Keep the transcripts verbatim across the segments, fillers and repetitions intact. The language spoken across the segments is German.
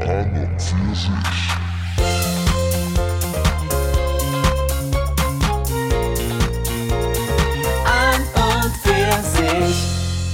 An und für sich. An und für sich.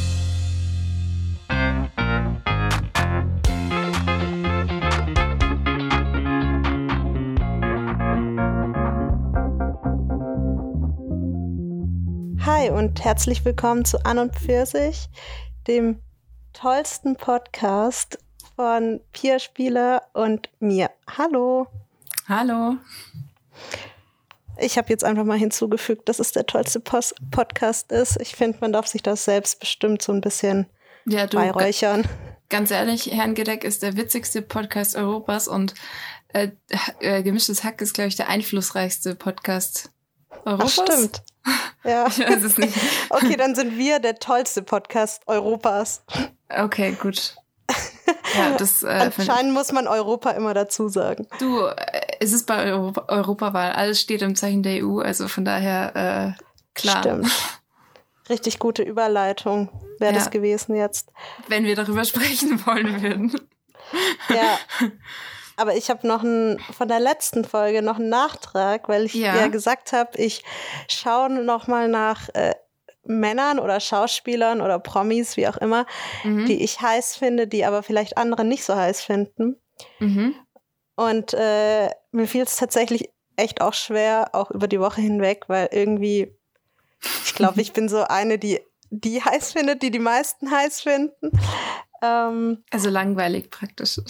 Hi und herzlich willkommen zu An und für sich, dem tollsten Podcast von Pia Spieler und mir. Hallo. Hallo. Ich habe jetzt einfach mal hinzugefügt, dass es der tollste Post- Podcast ist. Ich finde, man darf sich das selbstbestimmt so ein bisschen Ja, du, beiräuchern. Ganz ehrlich, Herrengedeck ist der witzigste Podcast Europas und äh, äh, Gemischtes Hack ist, glaube ich, der einflussreichste Podcast Europas. Ach, stimmt. Ja. Ich weiß es nicht. Okay, dann sind wir der tollste Podcast Europas. Okay, gut. Ja, das, äh, Anscheinend muss man Europa immer dazu sagen. Du, äh, es ist bei Europa, Europawahl. Alles steht im Zeichen der E U, also von daher, äh, klar. Stimmt. Richtig gute Überleitung wäre Ja. das gewesen jetzt. Wenn wir darüber sprechen wollen würden. Ja, aber ich habe noch ein, von der letzten Folge noch einen Nachtrag, weil ich Ja. ja, gesagt habe, ich schaue noch mal nach äh, Männern oder Schauspielern oder Promis, wie auch immer, Mhm. die ich heiß finde, die aber vielleicht andere nicht so heiß finden. Mhm. Und äh, mir fiel es tatsächlich echt auch schwer, auch über die Woche hinweg, weil irgendwie, ich glaube, ich bin so eine, die die heiß findet, die die meisten heiß finden. Ähm, Also langweilig praktisch.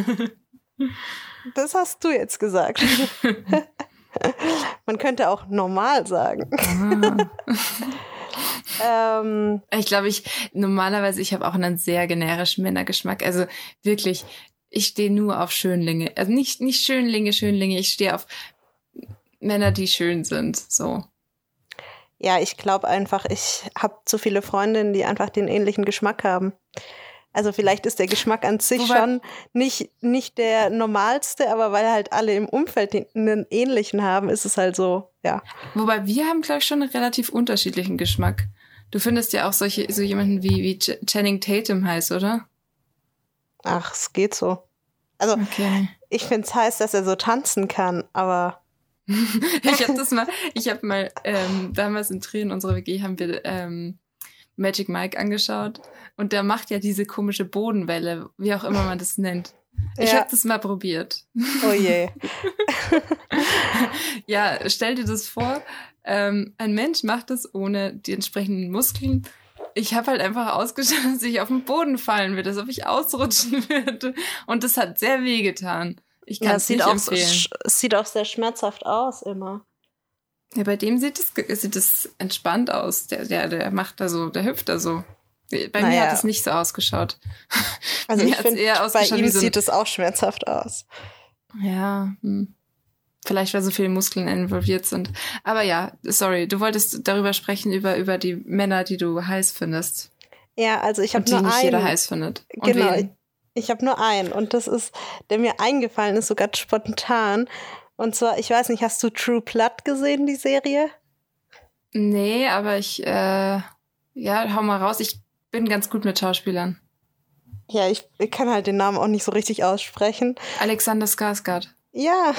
das hast du jetzt gesagt. Man könnte auch normal sagen. ähm, Ich glaube, ich normalerweise, ich habe auch einen sehr generischen Männergeschmack. Also wirklich, ich stehe nur auf Schönlinge. Also nicht nicht Schönlinge, Schönlinge. Ich stehe auf Männer, die schön sind. So. ja, ich glaube einfach, ich habe zu viele Freundinnen, die einfach den ähnlichen Geschmack haben. Also vielleicht ist der Geschmack an sich Wobei- schon nicht, nicht der normalste, aber weil halt alle im Umfeld den, einen ähnlichen haben, ist es halt so, ja. Wobei wir haben, glaube ich, schon einen relativ unterschiedlichen Geschmack. Du findest ja auch solche so jemanden wie wie Ch- Channing Tatum heiß, oder? Ach, es geht so. Also Okay. ich finde es heiß, dass er so tanzen kann, aber Ich habe das mal, ich habe mal ähm, damals in Tränen unserer W G haben wir ähm, Magic Mike angeschaut und der macht ja diese komische Bodenwelle, wie auch immer man das nennt. Ich Ja. habe das mal probiert. oh je. Ja, stell dir das vor, ähm, ein Mensch macht das ohne die entsprechenden Muskeln. Ich habe halt einfach ausgeschaut, dass ich auf den Boden fallen würde, als ob ich ausrutschen würde. Und das hat sehr weh getan. Ich kann Ja, es es sieht nicht auch, so, empfehlen. sch- es sieht auch sehr schmerzhaft aus immer. Ja, bei dem sieht es ge- sieht es entspannt aus. Der, der, der macht da so, der hüpft da so. Bei mir Naja. hat es nicht so ausgeschaut. Also Mir ich hat's finde, eher bei ausgeschaut ihm wie so ein- sieht es auch schmerzhaft aus. Ja, hm. Vielleicht, weil so viele Muskeln involviert sind. Aber ja, sorry, du wolltest darüber sprechen, über, über die Männer, die du heiß findest. Ja, also ich habe Und die nur nicht einen. jeder heiß findet. Und Genau, ich, wen? ich habe nur einen und das ist, der mir eingefallen ist, sogar spontan. Und zwar, ich weiß nicht, hast du True Blood gesehen, die Serie? Nee, aber ich, äh, ja, hau mal raus. Ich bin ganz gut mit Schauspielern. Ja, ich, ich kann halt den Namen auch nicht so richtig aussprechen. Alexander Skarsgård. Ja,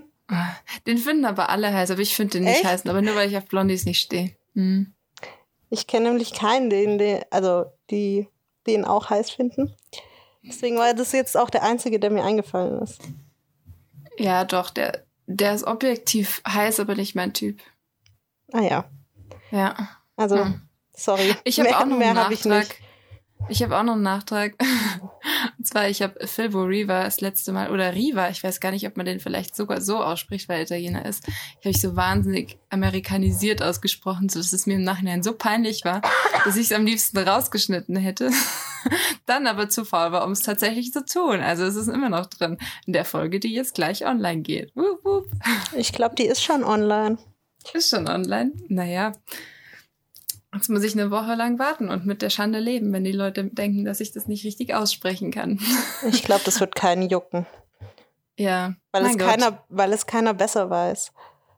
Den finden aber alle heiß, aber ich finde den nicht Echt? heiß, aber nur weil ich auf Blondies nicht stehe. Hm. ich kenne nämlich keinen, den, den, also die den auch heiß finden. Deswegen war das jetzt auch der einzige, der mir eingefallen ist. Ja, doch, der, der ist objektiv heiß, aber nicht mein Typ. Ah ja, Ja. also Hm. sorry. Ich habe mehr, auch noch mehr einen hab ich Nachtrag. nicht. Ich habe auch noch einen Nachtrag. Und zwar, ich habe Filbo Riva das letzte Mal, oder Riva, ich weiß gar nicht, ob man den vielleicht sogar so ausspricht, weil er Italiener ist. Ich habe ich so wahnsinnig amerikanisiert ausgesprochen, so dass es mir im Nachhinein so peinlich war, dass ich es am liebsten rausgeschnitten hätte. Dann aber zu faul war, um es tatsächlich zu tun. Also es ist immer noch drin in der Folge, die jetzt gleich online geht. Wup, wup. Ich glaube, die ist schon online. Ist schon online. Naja. Jetzt muss ich eine Woche lang warten und mit der Schande leben, wenn die Leute denken, dass ich das nicht richtig aussprechen kann. Ich glaube, das wird keinen jucken. Ja. Weil mein es, Gott. keiner, weil es keiner besser weiß.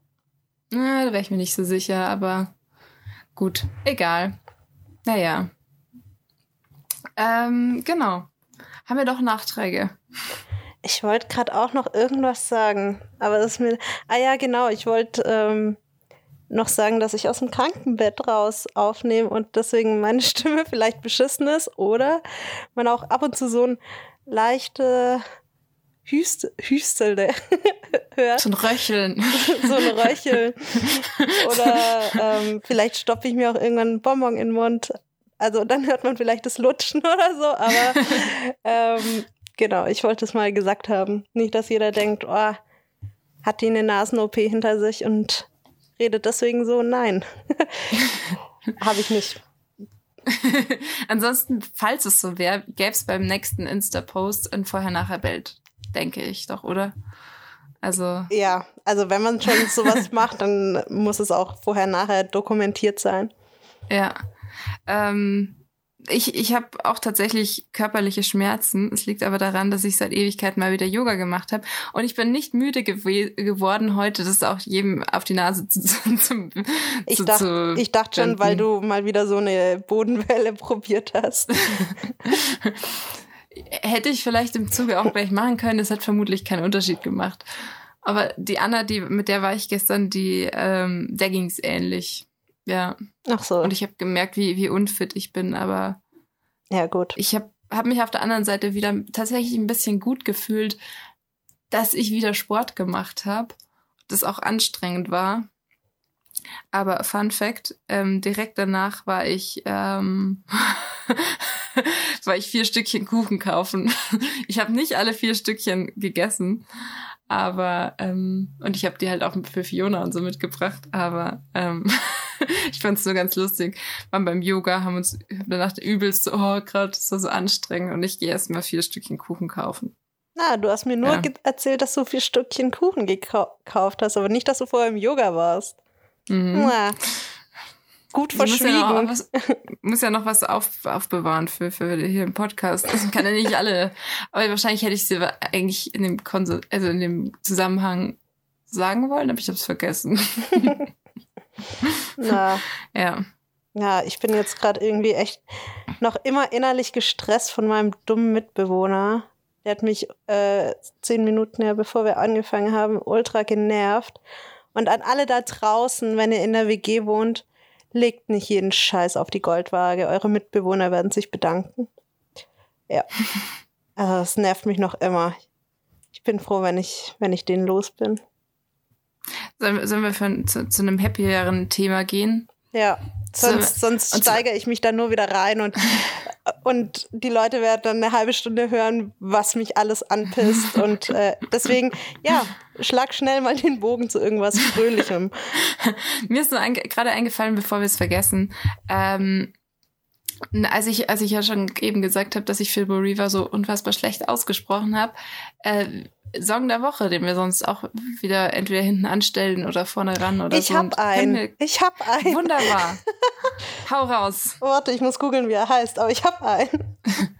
Na, da wäre ich mir nicht so sicher, aber gut. Egal. Naja. Ähm, genau. Haben wir doch Nachträge. Ich wollte gerade auch noch irgendwas sagen, aber das ist mir... Ah ja, genau, ich wollte ähm, noch sagen, dass ich aus dem Krankenbett raus aufnehme und deswegen meine Stimme vielleicht beschissen ist oder man auch ab und zu so ein leichte Hüst Hüstelde hört. So ein Röcheln. So ein Röcheln. Oder ähm, vielleicht stopfe ich mir auch irgendwann einen Bonbon in den Mund. Also dann hört man vielleicht das Lutschen oder so, aber ähm, genau, ich wollte es mal gesagt haben. Nicht, dass jeder denkt, oh, hat die eine Nasen-O P hinter sich und redet deswegen so. Nein, habe ich nicht. Ansonsten, falls es so wäre, gäbe es beim nächsten Insta-Post ein Vorher-Nachher-Bild, denke ich doch, oder? Also ja, also wenn man schon sowas macht, dann muss es auch vorher-nachher dokumentiert sein. Ja, ähm, ich, ich habe auch tatsächlich körperliche Schmerzen. Es liegt aber daran, dass ich seit Ewigkeit mal wieder Yoga gemacht habe. Und ich bin nicht müde gew- geworden heute, das auch jedem auf die Nase zu, zu, zu Ich zu, dachte zu ich dacht schon, wenden. weil du mal wieder so eine Bodenwelle probiert hast. Hätte ich vielleicht im Zuge auch gleich machen können, das hat vermutlich keinen Unterschied gemacht. Aber die Anna, die, mit der war ich gestern, die, ähm, der ging's ähnlich. Ja. Ach so. Und ich habe gemerkt, wie, wie unfit ich bin, aber Ja, gut. ich habe hab mich auf der anderen Seite wieder tatsächlich ein bisschen gut gefühlt, dass ich wieder Sport gemacht habe. Das auch anstrengend war. Aber Fun Fact, ähm, direkt danach war ich, ähm, war ich vier Stückchen Kuchen kaufen. Ich habe nicht alle vier Stückchen gegessen, aber, ähm, und ich habe die halt auch für Fiona und so mitgebracht, aber ähm, ich fand es nur ganz lustig. Wir waren beim Yoga, haben uns danach übelst so, oh Gott, das war so anstrengend und ich gehe erst mal vier Stückchen Kuchen kaufen. Na, du hast mir nur Ja. ge- erzählt, dass du vier Stückchen Kuchen gekau- gekauft hast, aber nicht, dass du vorher im Yoga warst. Mhm. Na, gut Ich muss ja verschwiegen. noch was, muss ja noch was auf, aufbewahren für, für hier im Podcast. Ich kann ja nicht alle, aber wahrscheinlich hätte ich sie eigentlich in dem Konsul, also in dem Zusammenhang sagen wollen, aber ich habe es vergessen. Na, Ja. ja, ich bin jetzt gerade irgendwie echt noch immer innerlich gestresst von meinem dummen Mitbewohner. Der hat mich äh, zehn Minuten her, bevor wir angefangen haben, ultra genervt. Und an alle da draußen, wenn ihr in der W G wohnt, legt nicht jeden Scheiß auf die Goldwaage. Eure Mitbewohner werden sich bedanken. Ja. Also das nervt mich noch immer. Ich bin froh, wenn ich, wenn ich den los bin. Sollen, wir- sollen wir für, zu, zu einem happieren Thema gehen? Ja, sonst, So, sonst und so- steigere ich mich da nur wieder rein und, und die Leute werden dann eine halbe Stunde hören, was mich alles anpisst. Und äh, deswegen, ja, schlag schnell mal den Bogen zu irgendwas Fröhlichem. Mir ist nur einge- gerade eingefallen, bevor wir es vergessen, ähm, als ich, als ich ja schon eben gesagt habe, dass ich Filbo Riva so unfassbar schlecht ausgesprochen habe, äh, Song der Woche, den wir sonst auch wieder entweder hinten anstellen oder vorne ran oder Ich so. hab Und einen. können Ich hab wir- einen. Wunderbar. Hau raus. Warte, ich muss googeln, wie er heißt, aber ich hab einen.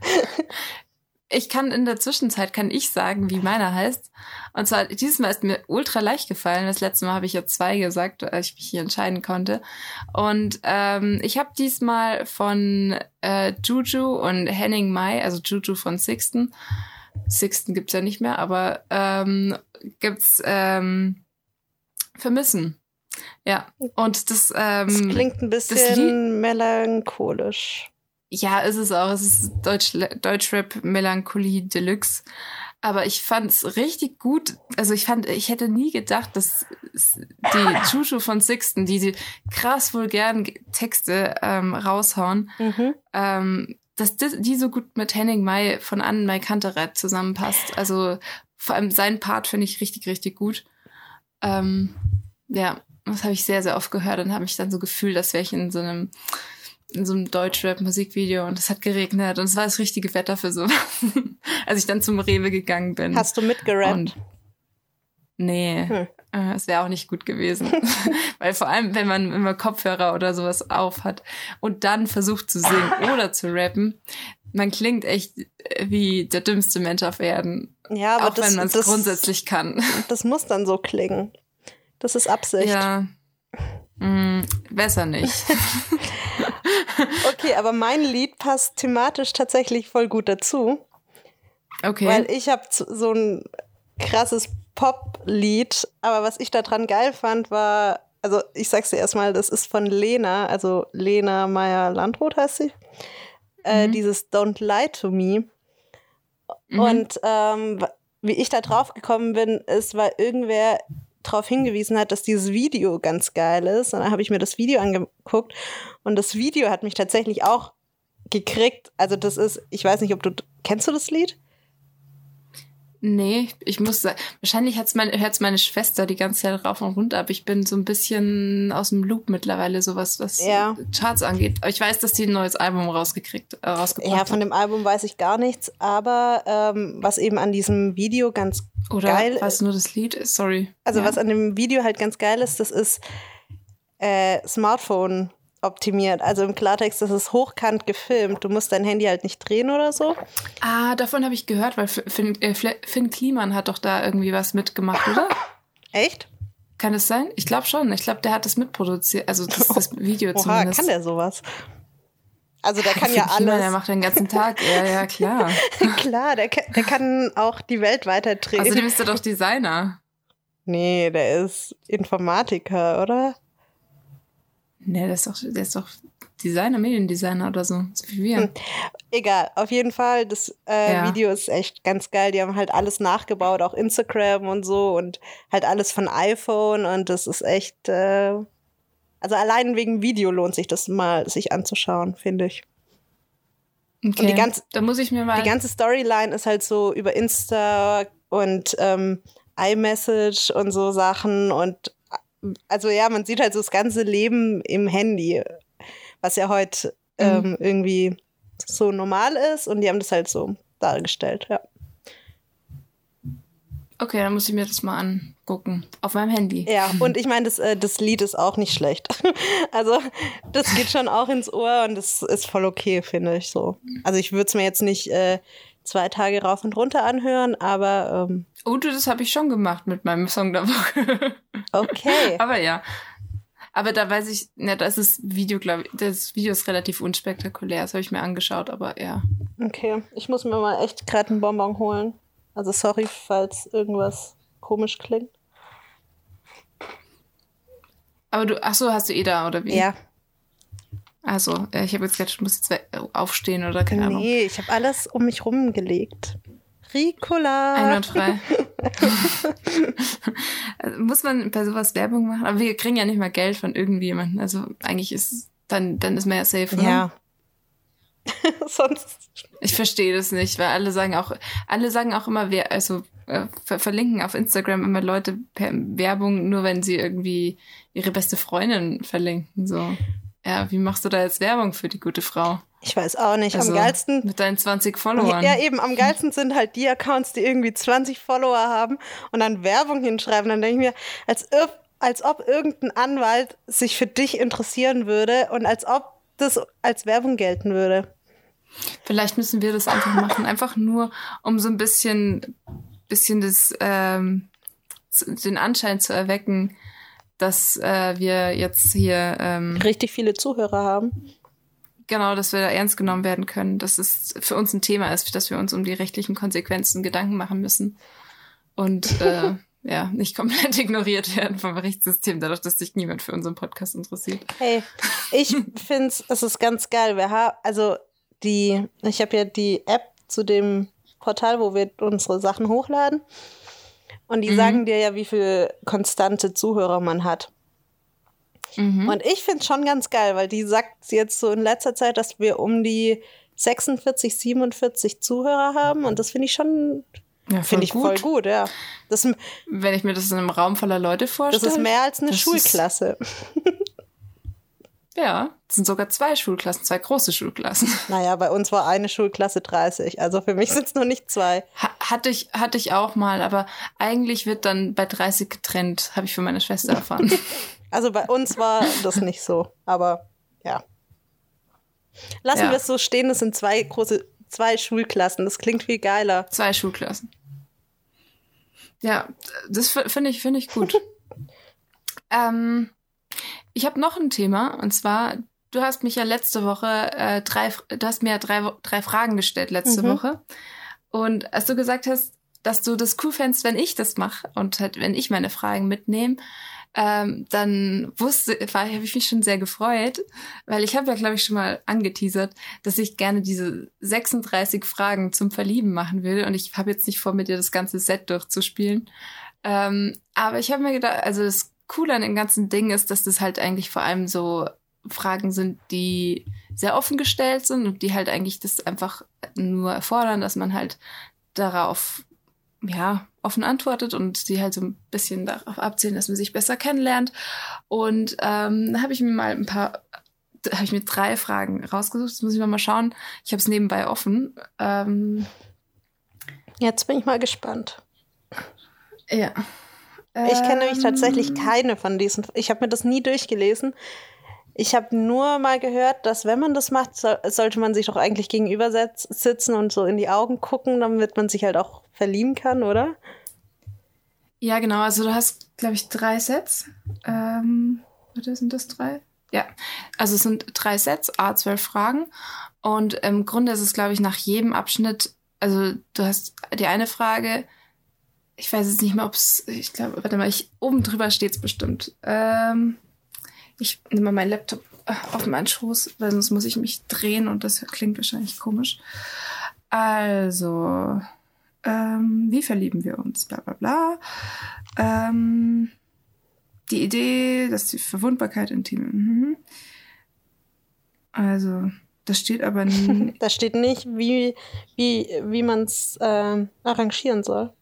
Ich kann in der Zwischenzeit, kann ich sagen, wie meiner heißt. Und zwar, dieses Mal ist mir ultra leicht gefallen. Das letzte Mal habe ich ja zwei gesagt, als ich mich hier entscheiden konnte. Und ähm, ich habe diesmal von äh, Juju und Henning Mai, also Juju von Sixten. Sixten gibt's ja nicht mehr, aber ähm, gibt's ähm, Vermissen. Ja, und das, ähm, Das klingt ein das bisschen melancholisch. ja, ist es auch. Es ist Deutsch, Deutschrap Melancholie Deluxe. Aber ich fand's richtig gut. Also ich fand, ich hätte nie gedacht, dass die Juju von Sixten, die die krass vulgären Texte ähm, raushauen, Mhm. ähm, dass das, die so gut mit Henning Mai von Anne Mai Kantereit zusammenpasst. Also vor allem sein Part finde ich richtig, richtig gut. Ähm, ja, das habe ich sehr, sehr oft gehört und habe mich dann so gefühlt, als wäre ich in so einem in so einem Deutschrap-Musikvideo und es hat geregnet und es war das richtige Wetter für sowas. Als ich dann zum Rewe gegangen bin. Hast du mitgerappt? Und nee, Hm. äh, es wäre auch nicht gut gewesen. Weil vor allem, wenn man immer Kopfhörer oder sowas auf hat und dann versucht zu singen oder zu rappen, man klingt echt wie der dümmste Mensch auf Erden. Ja, aber auch das, wenn man es das, grundsätzlich kann. das muss dann so klingen. Das ist Absicht. Ja, mm, besser nicht. Okay, aber mein Lied passt thematisch tatsächlich voll gut dazu. Okay. Weil ich habe so ein krasses Pop-Lied, aber was ich daran geil fand, war, also ich sag's dir erstmal, das ist von Lena, also Lena Meyer-Landrut heißt sie, äh, Mhm. dieses Don't Lie to Me. Mhm. Und ähm, wie ich da drauf gekommen bin, ist, weil irgendwer darauf hingewiesen hat, dass dieses Video ganz geil ist. Und dann habe ich mir das Video angeguckt und das Video hat mich tatsächlich auch gekriegt. Also das ist, ich weiß nicht, ob du, kennst du das Lied? Nee, ich muss sagen, wahrscheinlich hat's meine, hört's meine Schwester die ganze Zeit rauf und runter, aber ich bin so ein bisschen aus dem Loop mittlerweile, sowas, was Ja. Charts angeht. Aber ich weiß, dass die ein neues Album rausgekriegt, äh, rausgebracht Ja, von dem Album weiß ich gar nichts, aber ähm, was eben an diesem Video ganz Oder geil was ist, nur das Lied ist, sorry. also ja. was an dem Video halt ganz geil ist, das ist äh, Smartphone optimiert. Also im Klartext, das ist hochkant gefilmt. Du musst dein Handy halt nicht drehen oder so. Ah, davon habe ich gehört, weil Finn, äh, Finn Kliman hat doch da irgendwie was mitgemacht, oder? Echt? Kann es sein? Ich glaube schon. Ich glaube, der hat das mitproduziert. Also das, das Video Oha, zumindest. kann der sowas? Also der kann Finn ja Kliman, alles. der macht den ganzen Tag. Ja, ja, klar. Klar, der kann, der kann auch die Welt weiterdrehen. Außerdem ist er doch Designer. Nee, der ist Informatiker, oder? Nee, der ist doch, der ist doch Designer, Mediendesigner oder so. So wie wir. Hm. Egal, auf jeden Fall, das äh, Ja. Video ist echt ganz geil. Die haben halt alles nachgebaut, auch Instagram und so und halt alles von iPhone und das ist echt, äh, also allein wegen Video lohnt sich das mal, sich anzuschauen, finde ich. Okay. Und die ganze, da muss ich mir mal. die ganze Storyline ist halt so über Insta und ähm, iMessage und so Sachen und also ja, man sieht halt so das ganze Leben im Handy, was ja heute ähm, Mhm. irgendwie so normal ist und die haben das halt so dargestellt, ja. Okay, dann muss ich mir das mal angucken. Auf meinem Handy. Ja, und ich meine, das, äh, das Lied ist auch nicht schlecht. Also das geht schon auch ins Ohr und das ist voll okay, finde ich so. Also ich würde es mir jetzt nicht äh, zwei Tage rauf und runter anhören, aber ähm, Oh, du, das habe ich schon gemacht mit meinem Song der Woche. okay. Aber ja. Aber da weiß ich, ja, das ist Video, glaube ich, das Video ist relativ unspektakulär. Das habe ich mir angeschaut, aber ja. Okay, ich muss mir mal echt gerade einen Bonbon holen. Also sorry, falls irgendwas komisch klingt. Aber du, ach so, hast du eh da, oder wie? Ja. Also, äh, ich habe jetzt gedacht, ich muss jetzt we- aufstehen oder keine Ahnung. Nee, ich habe alles um mich rumgelegt. Ricola. Einwandfrei. Also, muss man bei sowas Werbung machen? Aber wir kriegen ja nicht mal Geld von irgendjemandem. Also eigentlich ist dann, dann ist man ja safe, ne? Ja. Sonst. Ich verstehe das nicht, weil alle sagen auch, alle sagen auch immer, wer, also äh, ver verlinken auf Instagram immer Leute per Werbung, nur wenn sie irgendwie ihre beste Freundin verlinken. So, ja, wie machst du da jetzt Werbung für die gute Frau? Ich weiß auch nicht. Also, am geilsten. mit deinen zwanzig Followern. Ja, eben, am geilsten sind halt die Accounts, die irgendwie zwanzig Follower haben und dann Werbung hinschreiben. Dann denke ich mir, als ob, als ob irgendein Anwalt sich für dich interessieren würde und als ob das als Werbung gelten würde. Vielleicht müssen wir das einfach machen, einfach nur, um so ein bisschen, bisschen das, ähm, den Anschein zu erwecken, dass äh, wir jetzt hier ähm, Richtig viele Zuhörer haben. genau, dass wir da ernst genommen werden können, dass es für uns ein Thema ist, dass wir uns um die rechtlichen Konsequenzen Gedanken machen müssen und äh, ja, nicht komplett ignoriert werden vom Rechtssystem, dadurch, dass sich niemand für unseren Podcast interessiert. Hey, ich finde es ist ganz geil. Wir haben, also die, ich habe ja die App zu dem Portal, wo wir unsere Sachen hochladen. Und die Mhm. sagen dir ja, wie viele konstante Zuhörer man hat. Mhm. Und ich finde es schon ganz geil, weil die sagt jetzt so in letzter Zeit, dass wir um die sechsundvierzig, siebenundvierzig Zuhörer haben. Und das finde ich schon, Ja, finde ich gut. voll gut, ja. Das, Wenn ich mir das in einem Raum voller Leute das vorstelle. ist mehr als eine das Schulklasse. Ist, ja, das sind sogar zwei Schulklassen, zwei große Schulklassen. Naja, bei uns war eine Schulklasse dreißig. Also für mich sind es noch nicht zwei. Ha hatte ich, hatte ich auch mal, aber eigentlich wird dann bei dreißig getrennt, habe ich von meiner Schwester erfahren. Also bei uns war das nicht so, aber ja. Lassen Ja. wir es so stehen, es sind zwei große, zwei Schulklassen. Das klingt viel geiler. Zwei Schulklassen. Ja, das f- finde ich, finde ich gut. ähm, ich habe noch ein Thema, und zwar, du hast mich ja letzte Woche äh, drei, du hast mir ja drei, drei Fragen gestellt letzte Mhm. Woche. Und als du gesagt hast, dass du das cool fändest, wenn ich das mache und halt, wenn ich meine Fragen mitnehme, ähm, dann wusste, war, habe ich mich schon sehr gefreut, weil ich habe ja, glaube ich, schon mal angeteasert, dass ich gerne diese sechsunddreißig Fragen zum Verlieben machen will. Und ich habe jetzt nicht vor, mit dir das ganze Set durchzuspielen. Ähm, aber ich habe mir gedacht, also das Coole an dem ganzen Ding ist, dass das halt eigentlich vor allem so Fragen sind, die sehr offen gestellt sind und die halt eigentlich das einfach nur erfordern, dass man halt darauf ja, offen antwortet und die halt so ein bisschen darauf abzielen, dass man sich besser kennenlernt. Und ähm, da habe ich mir mal ein paar, da habe ich mir drei Fragen rausgesucht. Das muss ich noch mal schauen. Ich habe es nebenbei offen. Ähm, Jetzt bin ich mal gespannt. Ja. Ich kenne nämlich Ähm, tatsächlich keine von diesen. Ich habe mir das nie durchgelesen. Ich habe nur mal gehört, dass wenn man das macht, so, sollte man sich doch eigentlich gegenüber setz- sitzen und so in die Augen gucken, damit man sich halt auch verlieben kann, oder? Ja, genau. Also du hast, glaube ich, drei Sets. Ähm, warte, sind das drei? Ja. Also es sind drei Sets, a zwölf Fragen. Und im Grunde ist es, glaube ich, nach jedem Abschnitt, also du hast die eine Frage, ich weiß jetzt nicht mehr, ob es, ich glaube, warte mal, ich, oben drüber steht es bestimmt. Ähm, ich nehme mal meinen Laptop auf meinen Schoß, weil sonst muss ich mich drehen und das klingt wahrscheinlich komisch. Also, ähm, wie verlieben wir uns? Bla bla bla. Ähm, die Idee, dass die Verwundbarkeit intim. Mhm. Also, das steht aber nie. Da steht nicht, wie, wie, wie man es ähm, arrangieren soll.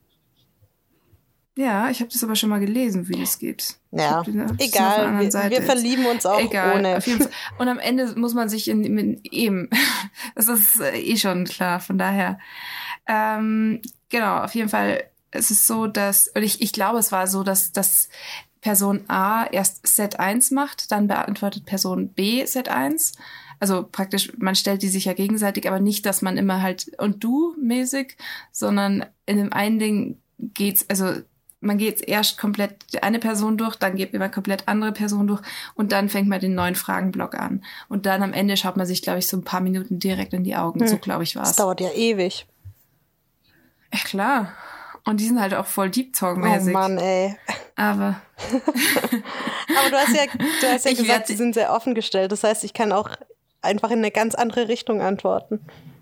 Ja, ich habe das aber schon mal gelesen, wie das geht. Ja, Ich hab den- egal, wir, wir verlieben uns auch Egal, ohne. auf jeden Fall. Und am Ende muss man sich in, in eben, das ist äh, eh schon klar, von daher. Ähm, genau, auf jeden Fall, es ist so, dass, und ich, ich glaube, es war so, dass, dass Person A erst Set eins macht, dann beantwortet Person B Set eins. Also praktisch, man stellt die sich ja gegenseitig, aber nicht, dass man immer halt und du mäßig, sondern in dem einen Ding geht's, also man geht erst komplett eine Person durch, dann geht immer komplett andere Person durch und dann fängt man den neuen Fragenblock an. Und dann am Ende schaut man sich, glaube ich, so ein paar Minuten direkt in die Augen. Hm. So, glaube ich, war es. Das dauert ja ewig. Ja, klar. Und die sind halt auch voll Deep Talk-mäßig. Oh Mann, ey. Aber. Aber du hast ja, du hast ja Ich gesagt, werd- sie sind sehr offen gestellt. Das heißt, ich kann auch einfach in eine ganz andere Richtung antworten.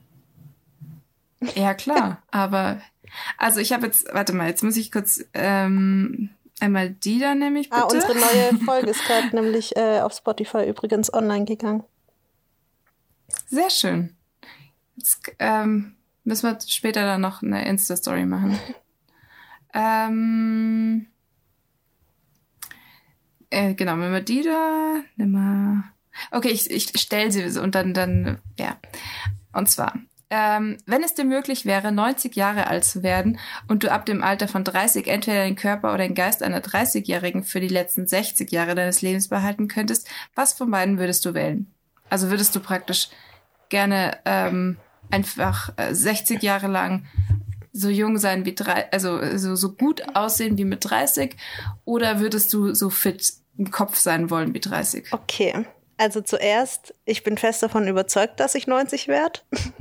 Ja, klar. Aber, also ich habe jetzt, warte mal, jetzt muss ich kurz ähm, einmal die da nämlich, bitte. Ah, unsere neue Folge ist gerade nämlich äh, auf Spotify übrigens online gegangen. Sehr schön. Jetzt ähm, müssen wir später dann noch eine Insta-Story machen. ähm, äh, genau, wenn wir die da, nimm mal. Okay, ich, ich stelle sie so und dann, dann, ja. Und zwar, ähm, wenn es dir möglich wäre, neunzig Jahre alt zu werden und du ab dem Alter von dreißig entweder den Körper oder den Geist einer dreißigjährigen für die letzten sechzig Jahre deines Lebens behalten könntest, was von beiden würdest du wählen? Also würdest du praktisch gerne ähm, einfach äh, sechzig Jahre lang so jung sein wie drei, also so, so gut aussehen wie mit dreißig, oder würdest du so fit im Kopf sein wollen wie dreißig? Okay, also zuerst, ich bin fest davon überzeugt, dass ich neunzig werde.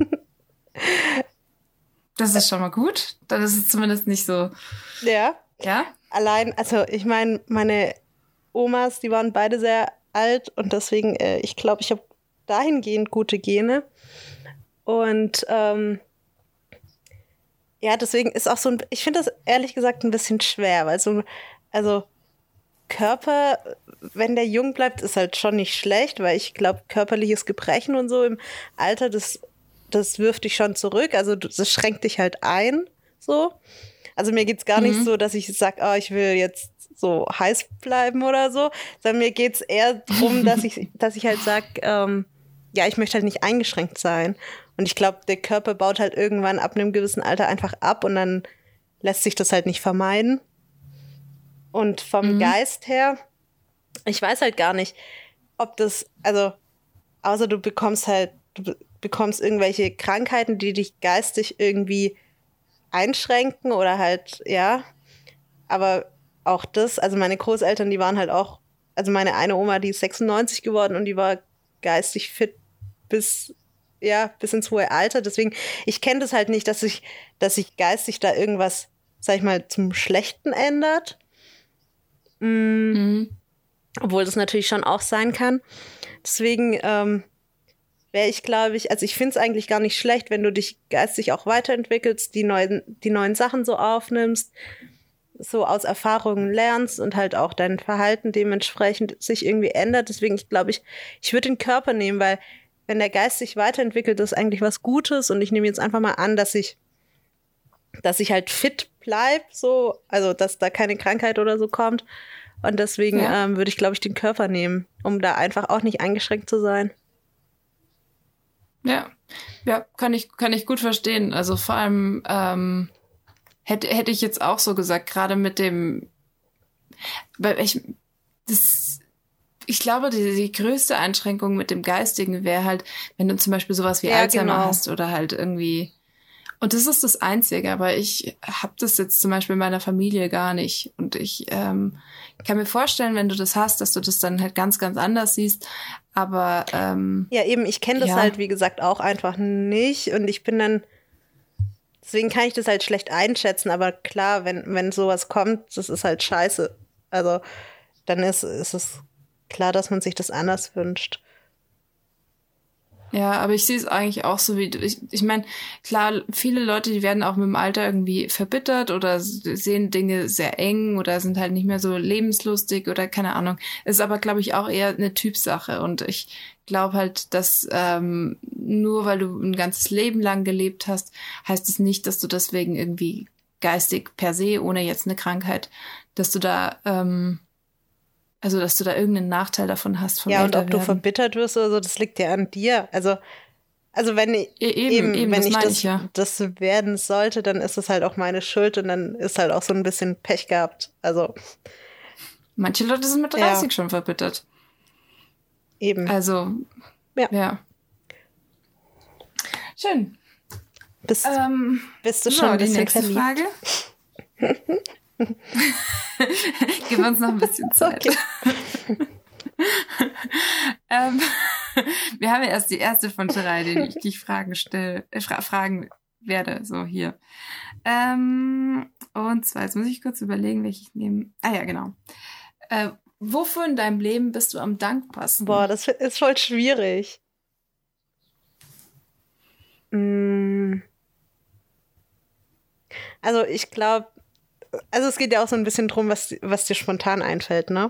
Das ist schon mal gut. Dann ist es zumindest nicht so. Ja. Ja? Allein, also ich meine, meine Omas, die waren beide sehr alt und deswegen, äh, ich glaube, ich habe dahingehend gute Gene. Und ähm, ja, deswegen ist auch so ein, ich finde das ehrlich gesagt ein bisschen schwer, weil so, also Körper, wenn der jung bleibt, ist halt schon nicht schlecht, weil ich glaube, körperliches Gebrechen und so im Alter, das, das wirft dich schon zurück, also das schränkt dich halt ein, so. Also mir geht's gar mhm. nicht so, dass ich sage, oh, ich will jetzt so heiß bleiben oder so, sondern mir geht's eher darum, dass ich, dass ich halt sage, ähm, ja, ich möchte halt nicht eingeschränkt sein. Und ich glaube, der Körper baut halt irgendwann ab einem gewissen Alter einfach ab und dann lässt sich das halt nicht vermeiden. Und vom mhm. Geist her, ich weiß halt gar nicht, ob das, also, außer du bekommst halt, du bekommst irgendwelche Krankheiten, die dich geistig irgendwie einschränken oder halt, ja. Aber auch das, also meine Großeltern, die waren halt auch, also meine eine Oma, die ist sechsundneunzig geworden und die war geistig fit bis ja, bis ins hohe Alter. Deswegen, ich kenne das halt nicht, dass sich dass sich geistig da irgendwas, sag ich mal, zum Schlechten ändert. Mm, Mhm. Obwohl das natürlich schon auch sein kann. Deswegen ähm, wäre ich, glaube ich, also ich finde es eigentlich gar nicht schlecht, wenn du dich geistig auch weiterentwickelst, die neuen, die neuen Sachen so aufnimmst, so aus Erfahrungen lernst und halt auch dein Verhalten dementsprechend sich irgendwie ändert. Deswegen, ich glaube, ich, ich würde den Körper nehmen, weil wenn der Geist sich weiterentwickelt, ist eigentlich was Gutes. Und ich nehme jetzt einfach mal an, dass ich, dass ich halt fit bleib, so, also dass da keine Krankheit oder so kommt. Und deswegen Ja. ähm, würde ich, glaube ich, den Körper nehmen, um da einfach auch nicht eingeschränkt zu sein. Ja, ja, kann ich, kann ich gut verstehen. Also vor allem ähm, hätte, hätte ich jetzt auch so gesagt, gerade mit dem, weil ich, das, ich glaube, die, die größte Einschränkung mit dem Geistigen wäre halt, wenn du zum Beispiel sowas wie Ja, Alzheimer genau. hast oder halt irgendwie. Und das ist das Einzige, aber ich habe das jetzt zum Beispiel in meiner Familie gar nicht. Und ich ähm, kann mir vorstellen, wenn du das hast, dass du das dann halt ganz, ganz anders siehst. Aber ähm, Ja, eben, ich kenne das ja. halt, wie gesagt, auch einfach nicht. Und ich bin dann, deswegen kann ich das halt schlecht einschätzen. Aber klar, wenn, wenn sowas kommt, das ist halt scheiße. Also dann ist, ist es klar, dass man sich das anders wünscht. Ja, aber ich sehe es eigentlich auch so wie du. Ich, ich meine, klar, viele Leute, die werden auch mit dem Alter irgendwie verbittert oder sehen Dinge sehr eng oder sind halt nicht mehr so lebenslustig oder keine Ahnung. Ist aber, glaube ich, auch eher eine Typsache. Und ich glaube halt, dass ähm, nur weil du ein ganzes Leben lang gelebt hast, heißt es nicht, dass du deswegen irgendwie geistig per se, ohne jetzt eine Krankheit, dass du da ähm, Also, dass du da irgendeinen Nachteil davon hast vom Ja, und ob du Älterwerden. verbittert wirst oder so, das liegt ja an dir. Also, also wenn ich, E- eben, eben, wenn das ich meine das, ich ja. das werden sollte, dann ist es halt auch meine Schuld und dann ist halt auch so ein bisschen Pech gehabt. Also, Manche Leute sind mit Ja. dreißig schon verbittert. eben. Also, Ja. ja. Schön. Bist, Ähm, bist du so, schon ein die bisschen nächste verliebt? Frage. Gib uns noch ein bisschen Zeit. Okay. ähm, wir haben ja erst die erste von drei, die ich dich Fragen stelle, äh, fra fragen werde. So, hier. Ähm, und zwar, jetzt muss ich kurz überlegen, welche ich nehme. Ah ja, genau. Äh, wofür in deinem Leben bist du am dankbarsten? Boah, das ist voll schwierig. Mm. Also ich glaube, also es geht ja auch so ein bisschen drum, was, was dir spontan einfällt, ne?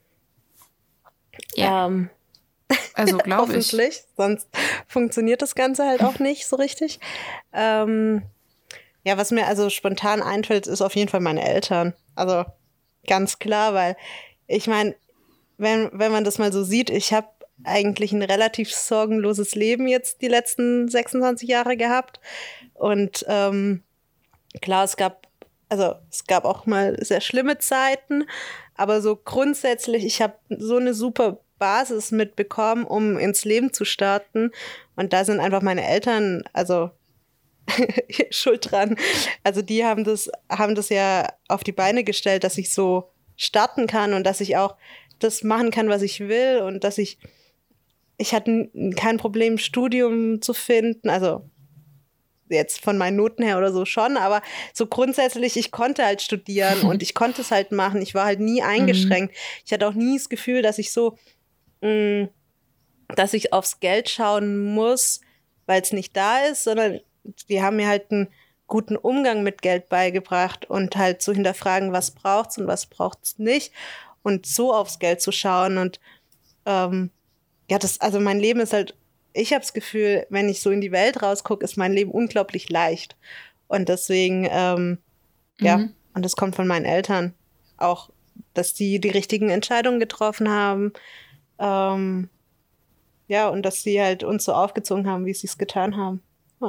Ja, Ähm, also glaube ich. hoffentlich, sonst funktioniert das Ganze halt auch nicht so richtig. Ähm, ja, was mir also spontan einfällt, ist auf jeden Fall meine Eltern. Also ganz klar, weil ich meine, wenn, wenn man das mal so sieht, ich habe eigentlich ein relativ sorgenloses Leben jetzt die letzten sechsundzwanzig Jahre gehabt. Und ähm, klar, es gab, also es gab auch mal sehr schlimme Zeiten, aber so grundsätzlich, ich habe so eine super Basis mitbekommen, um ins Leben zu starten. Und da sind einfach meine Eltern, also schuld dran. Also die haben das, haben das ja auf die Beine gestellt, dass ich so starten kann und dass ich auch das machen kann, was ich will und dass ich, ich hatte kein Problem, Studium zu finden, also jetzt von meinen Noten her oder so schon, aber so grundsätzlich, ich konnte halt studieren und ich konnte es halt machen. Ich war halt nie eingeschränkt. Mhm. Ich hatte auch nie das Gefühl, dass ich so, mh, dass ich aufs Geld schauen muss, weil es nicht da ist, sondern die haben mir halt einen guten Umgang mit Geld beigebracht und halt zu hinterfragen, was braucht's und was braucht's nicht und so aufs Geld zu schauen und ähm, ja, das, also mein Leben ist halt, ich habe das Gefühl, wenn ich so in die Welt rausgucke, ist mein Leben unglaublich leicht. Und deswegen, ähm, mhm. ja, und das kommt von meinen Eltern auch, dass die die richtigen Entscheidungen getroffen haben. Ähm, ja, und dass sie halt uns so aufgezogen haben, wie sie es getan haben. Ja.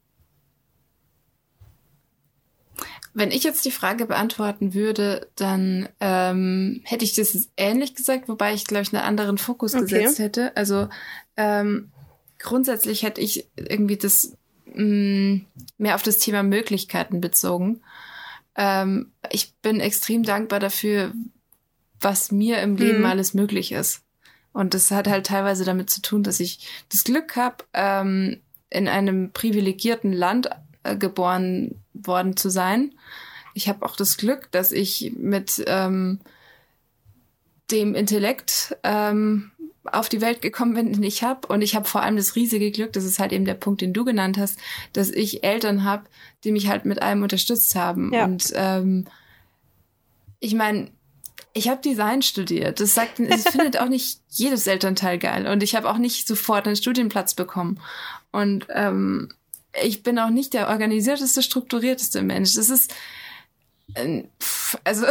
Wenn ich jetzt die Frage beantworten würde, dann ähm, hätte ich das ähnlich gesagt, wobei ich, glaube ich, einen anderen Fokus okay. gesetzt hätte. Also ähm, grundsätzlich hätte ich irgendwie das mh, mehr auf das Thema Möglichkeiten bezogen. Ähm, ich bin extrem dankbar dafür, was mir im Leben mhm. alles möglich ist. Und das hat halt teilweise damit zu tun, dass ich das Glück habe, ähm, in einem privilegierten Land äh, geboren worden zu sein. Ich habe auch das Glück, dass ich mit ähm, dem Intellekt ähm, auf die Welt gekommen bin, den ich habe. Und ich habe vor allem das riesige Glück, das ist halt eben der Punkt, den du genannt hast, dass ich Eltern habe, die mich halt mit allem unterstützt haben. Ja. Und ähm, ich meine, ich habe Design studiert. Das sagt, das findet auch nicht jedes Elternteil geil. Und ich habe auch nicht sofort einen Studienplatz bekommen. Und ähm, ich bin auch nicht der organisierteste, strukturierteste Mensch. Das ist, äh, also,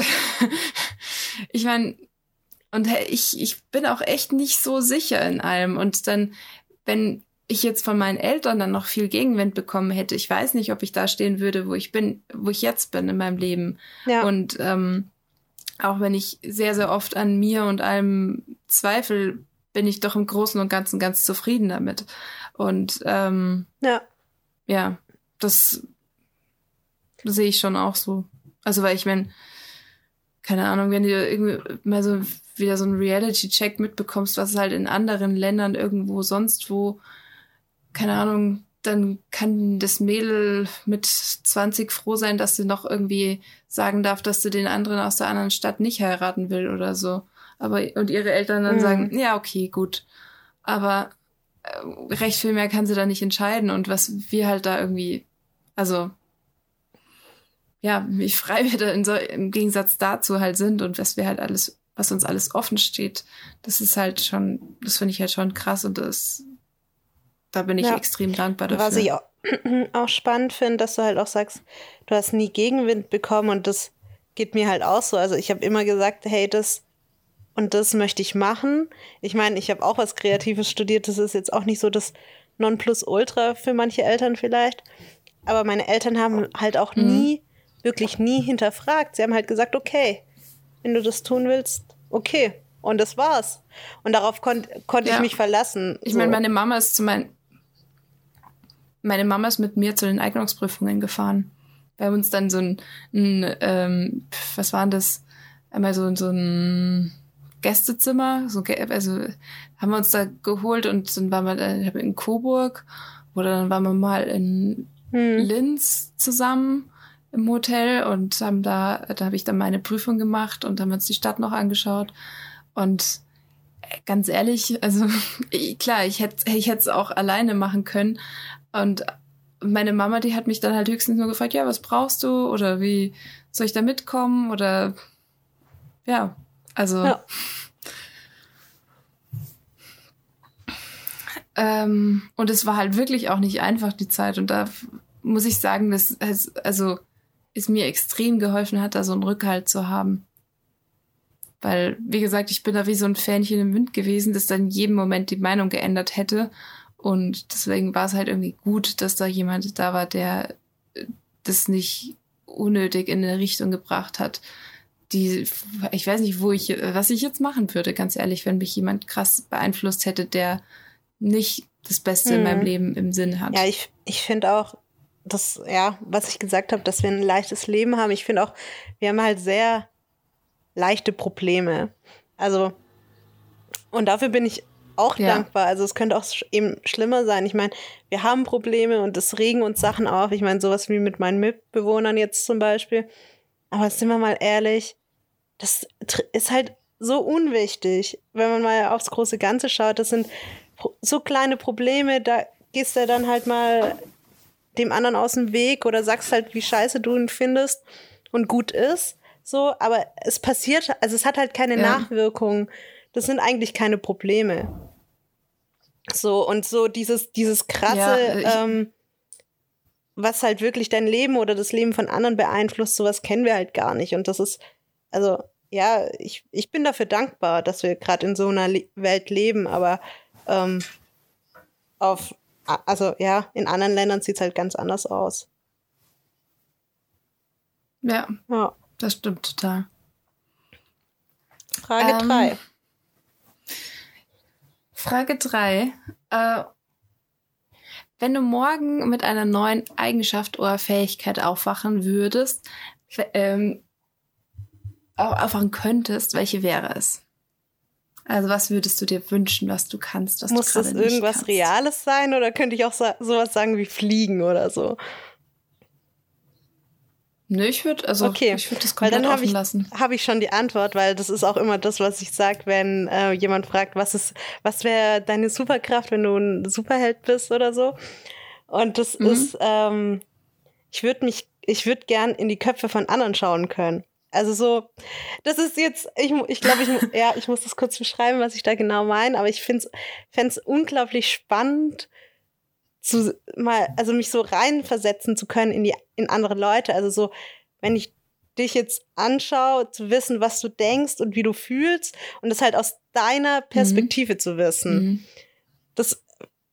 ich meine, und ich, ich bin auch echt nicht so sicher in allem. Und dann, wenn ich jetzt von meinen Eltern dann noch viel Gegenwind bekommen hätte, ich weiß nicht, ob ich da stehen würde, wo ich bin, wo ich jetzt bin in meinem Leben. Ja. Und ähm, auch wenn ich sehr, sehr oft an mir und allem zweifle, bin ich doch im Großen und Ganzen ganz zufrieden damit. Und ähm, ja. ja, das sehe ich schon auch so. Also, weil ich meine, keine Ahnung, wenn du irgendwie mal so wieder so einen Reality-Check mitbekommst, was halt in anderen Ländern irgendwo sonst wo, keine Ahnung, dann kann das Mädel mit zwanzig froh sein, dass sie noch irgendwie sagen darf, dass sie den anderen aus der anderen Stadt nicht heiraten will oder so. Aber und ihre Eltern dann mhm. sagen, ja, okay, gut. Aber äh, recht viel mehr kann sie da nicht entscheiden. Und was wir halt da irgendwie, also ja, wie frei wir da in so, im Gegensatz dazu halt sind und was wir halt alles, was uns alles offen steht, das ist halt schon, das finde ich halt schon krass und das Da bin ich ja. extrem dankbar dafür. Was ich auch, auch spannend finde, dass du halt auch sagst, du hast nie Gegenwind bekommen und das geht mir halt auch so. Also ich habe immer gesagt, hey, das und das möchte ich machen. Ich meine, ich habe auch was Kreatives studiert. Das ist jetzt auch nicht so das Nonplusultra für manche Eltern vielleicht. Aber meine Eltern haben halt auch mhm. nie, wirklich nie hinterfragt. Sie haben halt gesagt, okay, wenn du das tun willst, okay. Und das war's. Und darauf kon- konnte ja. ich mich verlassen. Ich so. meine, meine Mama ist zu meinen Meine Mama ist mit mir zu den Eignungsprüfungen gefahren. Wir haben uns dann so ein, ein ähm, was war denn das? Einmal so, so ein Gästezimmer, so, also haben wir uns da geholt und dann waren wir dann in Coburg oder dann waren wir mal in hm. Linz zusammen im Hotel und haben da, da habe ich dann meine Prüfung gemacht und haben uns die Stadt noch angeschaut. Und ganz ehrlich, also klar, ich hätte ich hätte es auch alleine machen können. Und meine Mama, die hat mich dann halt höchstens nur gefragt, ja, was brauchst du? Oder wie soll ich da mitkommen? Oder ja, also ja. Ähm, und es war halt wirklich auch nicht einfach, die Zeit. Und da muss ich sagen, dass es, also es mir extrem geholfen hat, da so einen Rückhalt zu haben. Weil, wie gesagt, ich bin da wie so ein Fähnchen im Wind gewesen, das dann in jedem Moment die Meinung geändert hätte. Und deswegen war es halt irgendwie gut, dass da jemand da war, der das nicht unnötig in eine Richtung gebracht hat. Die, ich weiß nicht, wo ich, was ich jetzt machen würde, ganz ehrlich, wenn mich jemand krass beeinflusst hätte, der nicht das Beste hm. in meinem Leben im Sinn hat. Ja, ich, ich finde auch, das, ja, was ich gesagt habe, dass wir ein leichtes Leben haben. Ich finde auch, wir haben halt sehr leichte Probleme. Also, und dafür bin ich auch ja. dankbar. Also es könnte auch eben schlimmer sein. Ich meine, wir haben Probleme und es regen uns Sachen auf. Ich meine, sowas wie mit meinen Mitbewohnern jetzt zum Beispiel. Aber sind wir mal ehrlich, das ist halt so unwichtig, wenn man mal aufs große Ganze schaut. Das sind so kleine Probleme, da gehst du dann halt mal dem anderen aus dem Weg oder sagst halt, wie scheiße du ihn findest und gut ist. So, aber es passiert, also es hat halt keine ja. Nachwirkungen. Das sind eigentlich keine Probleme. So, und so dieses, dieses krasse, ja, ähm, was halt wirklich dein Leben oder das Leben von anderen beeinflusst, sowas kennen wir halt gar nicht. Und das ist, also, ja, ich, ich bin dafür dankbar, dass wir gerade in so einer Le- Welt leben, aber ähm, auf, also ja, in anderen Ländern sieht es halt ganz anders aus. Ja, ja. Das stimmt total. Frage drei. Ähm, Frage drei. Äh, wenn du morgen mit einer neuen Eigenschaft oder Fähigkeit aufwachen würdest, ähm, aufwachen könntest, welche wäre es? Also was würdest du dir wünschen, was du kannst, was Muss du gerade das nicht irgendwas kannst? Reales sein oder könnte ich auch so, sowas sagen wie fliegen oder so? Nö, ich würde also Okay, ich würde das weil komplett dann habe offen ich, lassen. hab ich schon die Antwort, weil das ist auch immer das, was ich sage, wenn äh, jemand fragt, was ist, was wäre deine Superkraft, wenn du ein Superheld bist oder so. Und das Mhm. ist, ähm, ich würde mich, ich würde gern in die Köpfe von anderen schauen können. Also so, das ist jetzt, ich, mu- ich glaube, ich, mu- ja, ich muss das kurz beschreiben, was ich da genau meine, aber ich fände es unglaublich spannend, zu mal, also mich so reinversetzen zu können in die, in andere Leute. Also so, wenn ich dich jetzt anschaue, zu wissen, was du denkst und wie du fühlst und das halt aus deiner Perspektive zu wissen. Mhm. Das,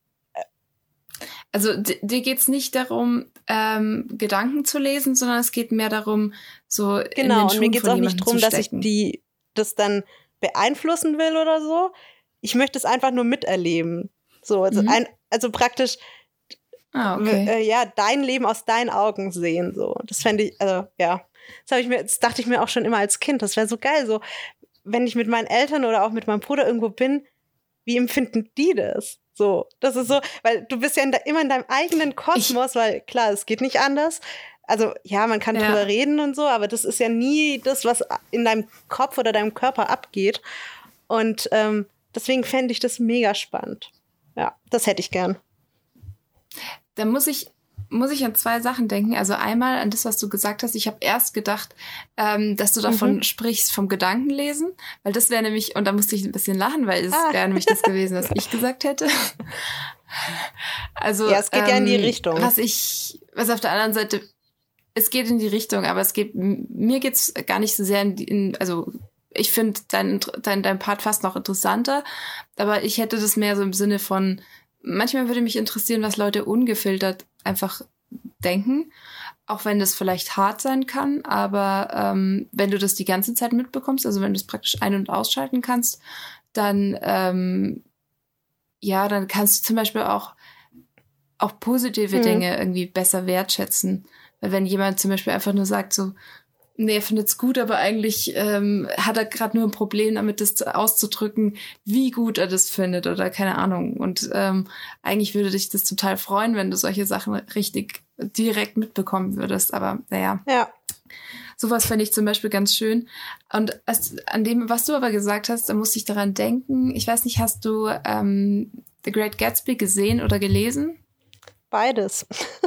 Also d- dir geht's nicht darum, ähm, Gedanken zu lesen, sondern es geht mehr darum, so in den genau, und mir Schuhen geht es von auch nicht jemandem darum, zu dass ich stecken. die, das dann beeinflussen will oder so. Ich möchte es einfach nur miterleben. So, also, Mhm. ein, also praktisch, Ah, w- okay. äh, ja, dein Leben aus deinen Augen sehen. So, das fände ich, also ja, das habe ich mir, das dachte ich mir auch schon immer als Kind. Das wäre so geil. So, wenn ich mit meinen Eltern oder auch mit meinem Bruder irgendwo bin, wie empfinden die das? So, das ist so, weil du bist ja in de, immer in deinem eigenen Kosmos, weil klar, es geht nicht anders. Also ja, man kann Ja. drüber reden und so, aber das ist ja nie das, was in deinem Kopf oder deinem Körper abgeht. Und ähm, deswegen fände ich das mega spannend. Ja, das hätte ich gern. Da muss ich, muss ich an zwei Sachen denken. Also einmal an das, was du gesagt hast. Ich habe erst gedacht, ähm, dass du davon Mhm. sprichst, vom Gedankenlesen. Weil das wäre nämlich, und da musste ich ein bisschen lachen, weil es Ah. wäre nämlich das gewesen, was ich gesagt hätte. Also, Ja, es geht ja in die ähm, Richtung. Was ich, was auf der anderen Seite, es geht in die Richtung, aber es geht, mir geht's gar nicht so sehr in, die- in also ich finde dein, dein, dein Part fast noch interessanter, aber ich hätte das mehr so im Sinne von, manchmal würde mich interessieren, was Leute ungefiltert einfach denken, auch wenn das vielleicht hart sein kann, aber ähm, wenn du das die ganze Zeit mitbekommst, also wenn du es praktisch ein- und ausschalten kannst, dann ähm, ja, dann kannst du zum Beispiel auch auch positive Hm. Dinge irgendwie besser wertschätzen. Weil wenn jemand zum Beispiel einfach nur sagt so, nee, er findet's gut, aber eigentlich ähm, hat er gerade nur ein Problem damit, das auszudrücken, wie gut er das findet oder keine Ahnung. Und ähm, eigentlich würde dich das total freuen, wenn du solche Sachen richtig direkt mitbekommen würdest. Aber naja, Ja. sowas fände ich zum Beispiel ganz schön. Und als, an dem, was du aber gesagt hast, da musste ich daran denken. Ich weiß nicht, hast du ähm, The Great Gatsby gesehen oder gelesen? Beides.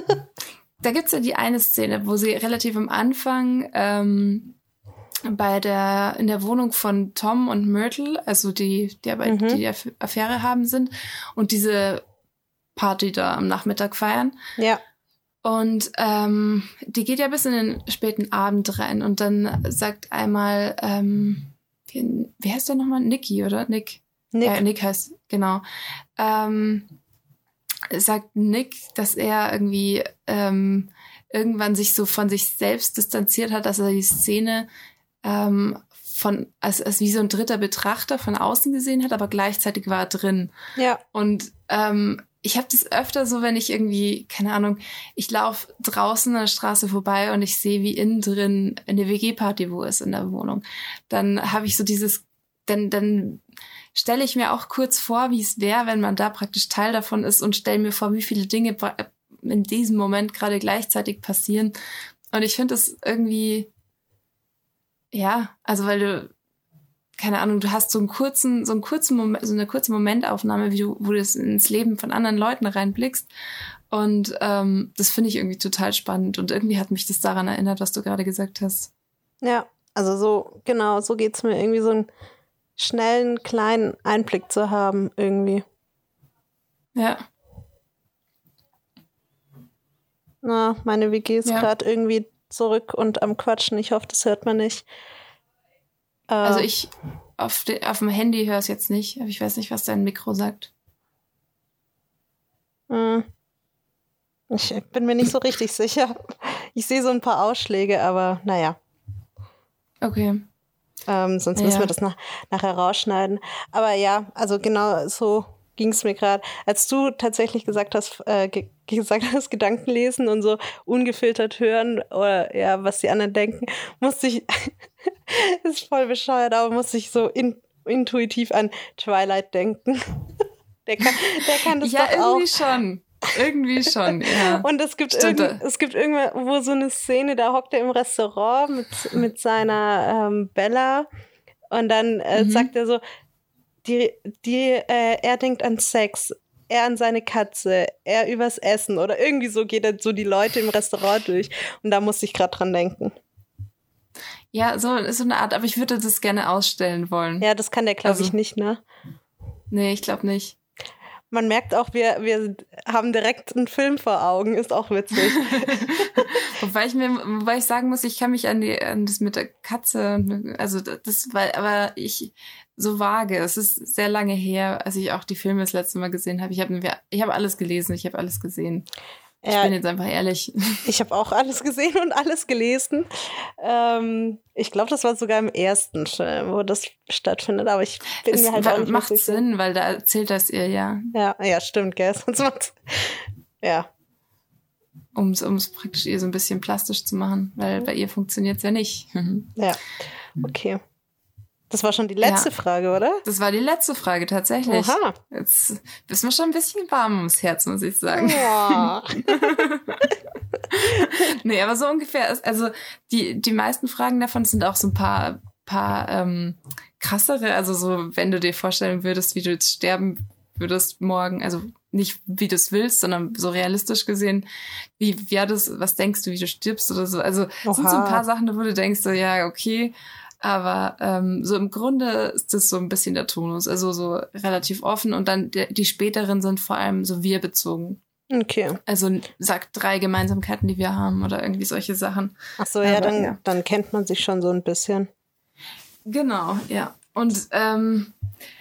Da gibt's ja die eine Szene, wo sie relativ am Anfang ähm, bei der in der Wohnung von Tom und Myrtle, also die die, aber, Mhm. die die Aff- Affäre haben sind und diese Party da am Nachmittag feiern. Ja. Und ähm, die geht ja bis in den späten Abend rein und dann sagt einmal, ähm, wie, wie heißt der nochmal? Nicky, oder? Nick. Nick. Ja, Nick heißt, genau. Ähm, sagt Nick, dass er irgendwie ähm, irgendwann sich so von sich selbst distanziert hat, dass er die Szene ähm, von als, als wie so ein dritter Betrachter von außen gesehen hat, aber gleichzeitig war er drin. Ja. Und ähm, ich habe das öfter so, wenn ich irgendwie, keine Ahnung, ich laufe draußen an der Straße vorbei und ich sehe, wie innen drin eine W G-Party wo ist in der Wohnung. Dann habe ich so dieses, dann, dann stelle ich mir auch kurz vor, wie es wäre, wenn man da praktisch Teil davon ist und stelle mir vor, wie viele Dinge in diesem Moment gerade gleichzeitig passieren. Und ich finde das irgendwie, ja, also weil du, keine Ahnung, du hast so einen kurzen, so einen kurzen Moment, so eine kurze Momentaufnahme, wie du, wo du ins Leben von anderen Leuten reinblickst. Und ähm, das finde ich irgendwie total spannend. Und irgendwie hat mich das daran erinnert, was du gerade gesagt hast. Ja, also so, genau, so geht's mir irgendwie, so einen schnellen, kleinen Einblick zu haben, irgendwie. Ja. Na, meine W G ist Ja. gerade irgendwie zurück und am Quatschen. Ich hoffe, das hört man nicht. Äh, Also ich auf, de, auf dem Handy höre es jetzt nicht, aber ich weiß nicht, was dein Mikro sagt. mh. Ich bin mir nicht so richtig sicher. Ich sehe so ein paar Ausschläge, aber naja. Okay. Ähm, sonst Ja. müssen wir das nach, nachher rausschneiden. Aber ja, also genau so ging es mir gerade. Als du tatsächlich gesagt hast, äh, ge gesagt hast, Gedanken lesen und so ungefiltert hören oder ja, was die anderen denken, musste ich, ist voll bescheuert, aber musste ich so in, intuitiv an Twilight denken. Der kann, der kann das ja, doch auch. irgendwie schon. Irgendwie schon, ja. Und es gibt, Stimmt. irgend, es gibt irgendwann, wo so eine Szene, da hockt er im Restaurant mit, mit seiner ähm, Bella und dann äh, Mhm. sagt er so, die, die, äh, er denkt an Sex, er an seine Katze, er übers Essen oder irgendwie so geht er so die Leute im Restaurant durch und da musste ich gerade dran denken. Ja, so, so eine Art, aber ich würde das gerne ausstellen wollen. Ja, das kann der, glaube Also- ich, nicht, ne? Nee, ich glaube nicht. Man merkt auch, wir, wir haben direkt einen Film vor Augen, ist auch witzig. Wobei ich mir, wobei ich sagen muss, ich kann mich an die, an das mit der Katze, also das, weil, aber ich so vage. Es ist sehr lange her, als ich auch die Filme das letzte Mal gesehen habe. Ich habe, ich habe alles gelesen, ich habe alles gesehen. Ich Ja, bin jetzt einfach ehrlich. ich habe auch alles gesehen und alles gelesen. Ähm, ich glaube, das war sogar im ersten Film, wo das stattfindet, aber ich bin Es mir halt auch nicht mehr macht sicher. Sinn, weil da erzählt das ihr ja, Ja, ja, stimmt, gell? Sonst macht's. Ja. um es praktisch ihr so ein bisschen plastisch zu machen, weil bei ihr funktioniert es ja nicht. Ja, okay. Das war schon die letzte Ja. Frage, oder? Das war die letzte Frage tatsächlich. Oha. Jetzt ist mir schon ein bisschen warm ums Herz, muss ich sagen. Ja. Nee, aber so ungefähr ist, also die, die meisten Fragen davon sind auch so ein paar, paar ähm, krassere, also so, wenn du dir vorstellen würdest, wie du jetzt sterben würdest morgen, also nicht wie du es willst, sondern so realistisch gesehen, wie wäre das, was denkst du, wie du stirbst oder so. Also es sind so ein Oha. paar Sachen, wo du denkst, so ja, okay, aber ähm, so im Grunde ist das so ein bisschen der Tonus, also so relativ offen und dann die, die späteren sind vor allem so wir-bezogen. Okay. Also sagt drei Gemeinsamkeiten, die wir haben oder irgendwie solche Sachen. Ach so, ja, Aber, dann, ja. dann kennt man sich schon so ein bisschen. Genau, ja. Und ähm,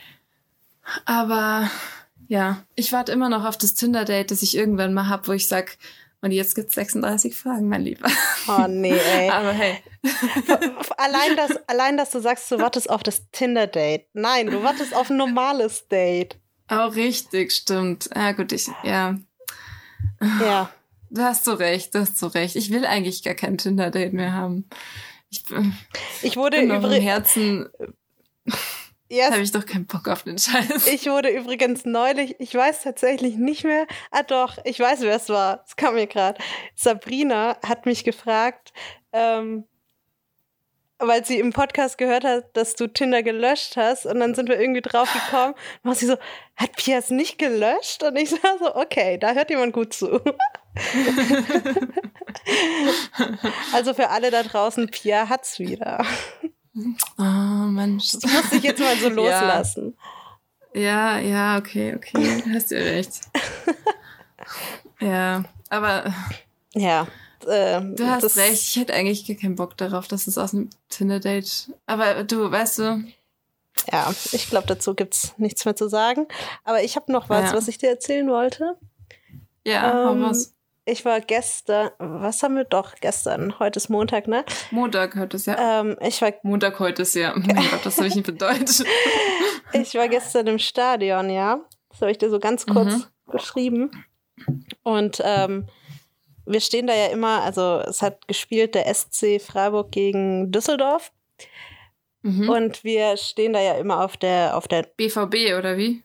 aber ja, ich warte immer noch auf das Tinder-Date, das ich irgendwann mal hab, wo ich sag, und jetzt gibt's sechsunddreißig Fragen, mein Lieber. Oh, nee, ey. Aber hey, allein, das, allein, dass du sagst, du wartest auf das Tinder-Date. Nein, du wartest auf ein normales Date. auch richtig, stimmt. Ja gut, ich, ja, Ja. du hast so recht, du hast so recht. Ich will eigentlich gar kein Tinder-Date mehr haben. Ich bin, Ich wurde bin noch im übrigens. Herzen, Yes, habe ich doch keinen Bock auf den Scheiß. ich wurde übrigens neulich, ich weiß tatsächlich nicht mehr. Ah doch, ich weiß, wer es war. Es kam mir gerade. Sabrina hat mich gefragt, ähm, weil sie im Podcast gehört hat, dass du Tinder gelöscht hast. Und dann sind wir irgendwie drauf gekommen. Und war sie so, hat Pia es nicht gelöscht? Und ich sah so, okay, da hört jemand gut zu. Also für alle da draußen, Pia hat's wieder. Oh Mensch. Das muss ich jetzt mal so loslassen. Ja, ja, okay, okay, du hast ja recht. Ja, aber Ja. Äh, du hast das, recht, ich hätte eigentlich gar keinen Bock darauf, dass es aus einem Tinder-Date. Aber du, weißt du, Ja, ich glaube, dazu gibt's nichts mehr zu sagen. Aber ich habe noch was, Ja. was ich dir erzählen wollte. ja, Ähm, hau raus. Ich war gestern, was haben wir doch gestern? Heute ist Montag, ne? Montag heute ist ja. Ähm, ich, war, Montag heute ist ja. Mein Gott, das habe ich nicht bedeutet. ich war gestern im Stadion, ja. Das habe ich dir so ganz kurz Mhm. geschrieben. Und ähm, wir stehen da ja immer, also es hat gespielt der S C Freiburg gegen Düsseldorf. Mhm. Und wir stehen da ja immer auf der, auf der, B V B oder wie?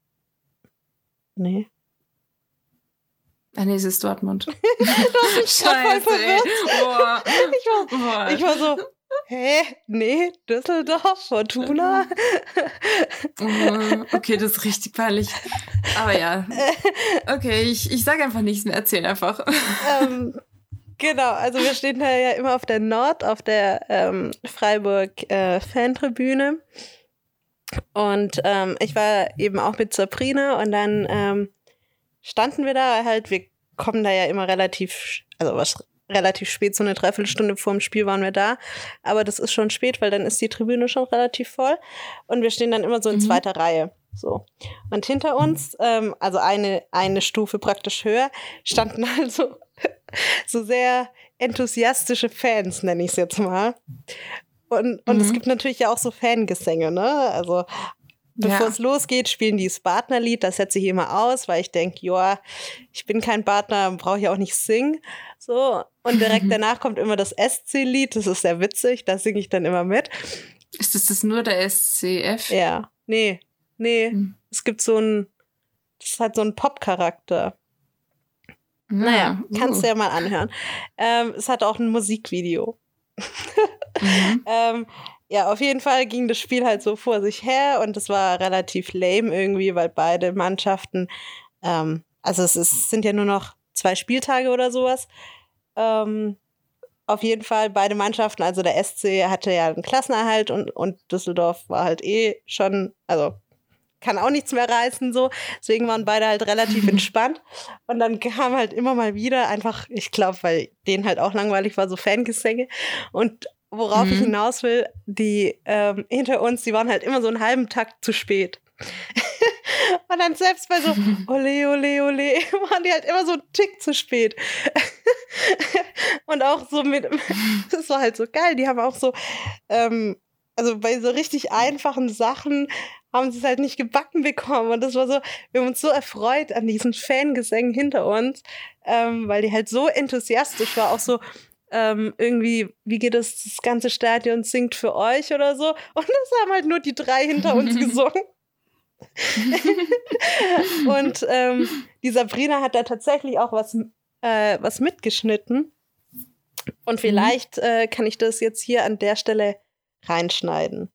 nee. Ah nee, es ist Dortmund. mich grad voll ey. Boah. Ich war, Boah. ich war so, hä? Nee, Düsseldorf, Fortuna? Oh, okay, das ist richtig peinlich. Aber ja. Okay, ich, ich sage einfach nichts mehr, erzähl einfach. ähm, genau, also wir stehen da ja immer auf der Nord, auf der ähm, Freiburg-Fantribüne. Und ähm, ich war eben auch mit Sabrina und dann ähm, standen wir da halt, wir kommen da ja immer relativ, also was relativ spät, so eine Dreiviertelstunde vor dem Spiel waren wir da. Aber das ist schon spät, weil dann ist die Tribüne schon relativ voll. Und wir stehen dann immer so in Mhm. zweiter Reihe. So. Und hinter uns, ähm, also eine, eine Stufe praktisch höher, standen also so sehr enthusiastische Fans, nenne ich es jetzt mal. Und, und Mhm. es gibt natürlich ja auch so Fangesänge, ne? Also bevor Ja. es losgeht, spielen die das Partnerlied, das setze ich immer aus, weil ich denke, ja, ich bin kein Partner, brauche ich auch nicht singen. So, und direkt danach kommt immer das S C-Lied, das ist sehr witzig, da singe ich dann immer mit. Ist das, das nur der S C F? Ja, nee, nee. Hm. Es gibt so ein, das hat so einen Pop-Charakter. Ja, naja, uh. kannst du ja mal anhören. Ähm, es hat auch ein Musikvideo. Mhm. ähm, ja, auf jeden Fall ging das Spiel halt so vor sich her und es war relativ lame irgendwie, weil beide Mannschaften, ähm, also es ist, sind ja nur noch zwei Spieltage oder sowas. Ähm, auf jeden Fall beide Mannschaften, also der S C hatte ja einen Klassenerhalt und, und Düsseldorf war halt eh schon, also kann auch nichts mehr reißen, so. Deswegen waren beide halt relativ entspannt. Und dann kam halt immer mal wieder einfach, ich glaube, weil denen halt auch langweilig war, so Fangesänge. Und worauf mhm. ich hinaus will, die ähm, hinter uns, die waren halt immer so einen halben Takt zu spät. Und dann selbst bei so ole, ole, ole, waren die halt immer so einen Tick zu spät. Und auch so mit, das war halt so geil, die haben auch so, ähm, also bei so richtig einfachen Sachen haben sie es halt nicht gebacken bekommen. Und das war so, wir haben uns so erfreut an diesen Fangesängen hinter uns, ähm, weil die halt so enthusiastisch war, auch so ähm, irgendwie, wie geht es, das ganze Stadion singt für euch oder so. Und das haben halt nur die drei hinter uns gesungen. Und ähm, die Sabrina hat da tatsächlich auch was, äh, was mitgeschnitten. Und vielleicht äh, kann ich das jetzt hier an der Stelle reinschneiden.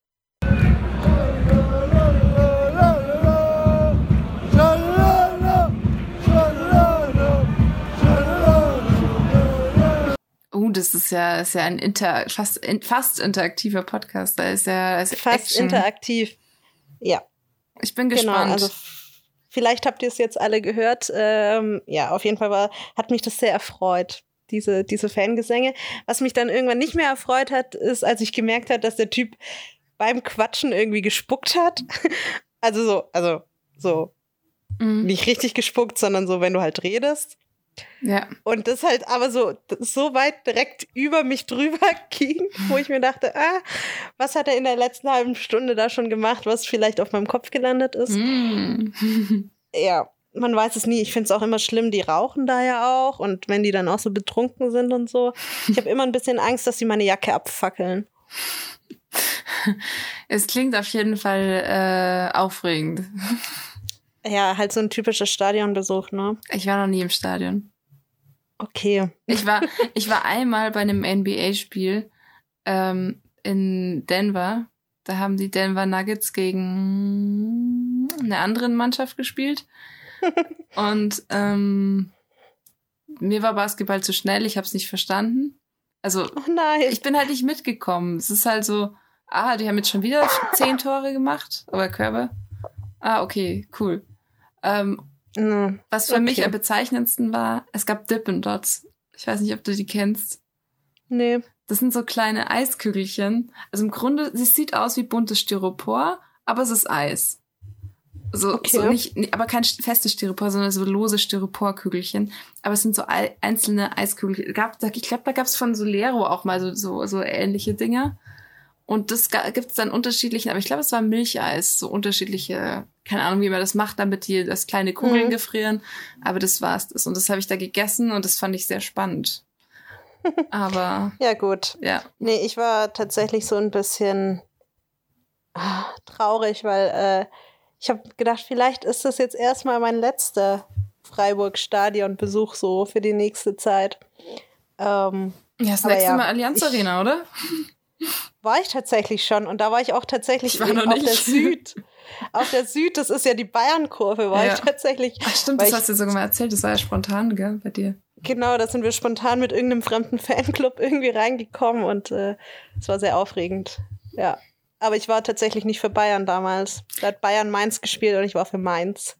Oh, das ist ja, ist ja ein inter, fast, in, fast interaktiver Podcast. Da ist ja ist fast Action. interaktiv. Ja. Ich bin gespannt. Genau, also f- vielleicht habt ihr es jetzt alle gehört. Ähm, ja, auf jeden Fall war, hat mich das sehr erfreut, diese, diese Fangesänge. Was mich dann irgendwann nicht mehr erfreut hat, ist, als ich gemerkt habe, dass der Typ beim Quatschen irgendwie gespuckt hat. Also so, also so mhm. nicht richtig gespuckt, sondern so, wenn du halt redest. Ja. Und das halt aber so, so weit direkt über mich drüber ging, wo ich mir dachte, ah, was hat er in der letzten halben Stunde da schon gemacht, was vielleicht auf meinem Kopf gelandet ist. Mm. Ja, man weiß es nie. Ich finde es auch immer schlimm, die rauchen da ja auch und wenn die dann auch so betrunken sind und so. Ich habe immer ein bisschen Angst, dass sie meine Jacke abfackeln. Es klingt auf jeden Fall äh, aufregend. Ja, halt so ein typischer Stadionbesuch, ne? Ich war noch nie im Stadion. Okay. Ich war, ich war einmal bei einem N B A-Spiel ähm, in Denver. Da haben die Denver Nuggets gegen eine andere Mannschaft gespielt. Und ähm, mir war Basketball zu schnell, ich habe es nicht verstanden. Also oh nein. Ich bin halt nicht mitgekommen. Es ist halt so, ah, die haben jetzt schon wieder zehn Tore gemacht, oder Körbe. Ah, okay, cool. Ähm, mm, was für okay. mich am bezeichnendsten war, es gab Dippin' Dots. Ich weiß nicht, ob du die kennst. Nee. Das sind so kleine Eiskügelchen. Also im Grunde, sie sieht aus wie buntes Styropor, aber es ist Eis. So, okay. so nicht, aber kein festes Styropor, sondern so lose Styroporkügelchen. Aber es sind so einzelne Eiskügelchen. Ich glaube, da gab es von Solero auch mal so, so, so ähnliche Dinger. Und das gibt es dann unterschiedlichen, aber ich glaube, es war Milcheis, so unterschiedliche, keine Ahnung, wie man das macht, damit die das kleine Kugeln mhm. gefrieren. Aber das war's das. Und das habe ich da gegessen und das fand ich sehr spannend. Aber. Ja, gut. Ja. Nee, ich war tatsächlich so ein bisschen ah, traurig, weil äh, ich habe gedacht, vielleicht ist das jetzt erstmal mein letzter Freiburg-Stadion-Besuch so für die nächste Zeit. Ähm, ja, das nächste ja, Mal Allianz Arena, oder? War ich tatsächlich schon. Und da war ich auch tatsächlich ich war noch auf nicht. der Süd. Auf der Süd, das ist ja die Bayern-Kurve, war ja. ich tatsächlich. Ach stimmt, das hast du sogar mal erzählt. Das war ja spontan, gell, bei dir. Genau, da sind wir spontan mit irgendeinem fremden Fanclub irgendwie reingekommen und äh, es war sehr aufregend. Ja. Aber ich war tatsächlich nicht für Bayern damals. Da hat Bayern Mainz gespielt und ich war für Mainz.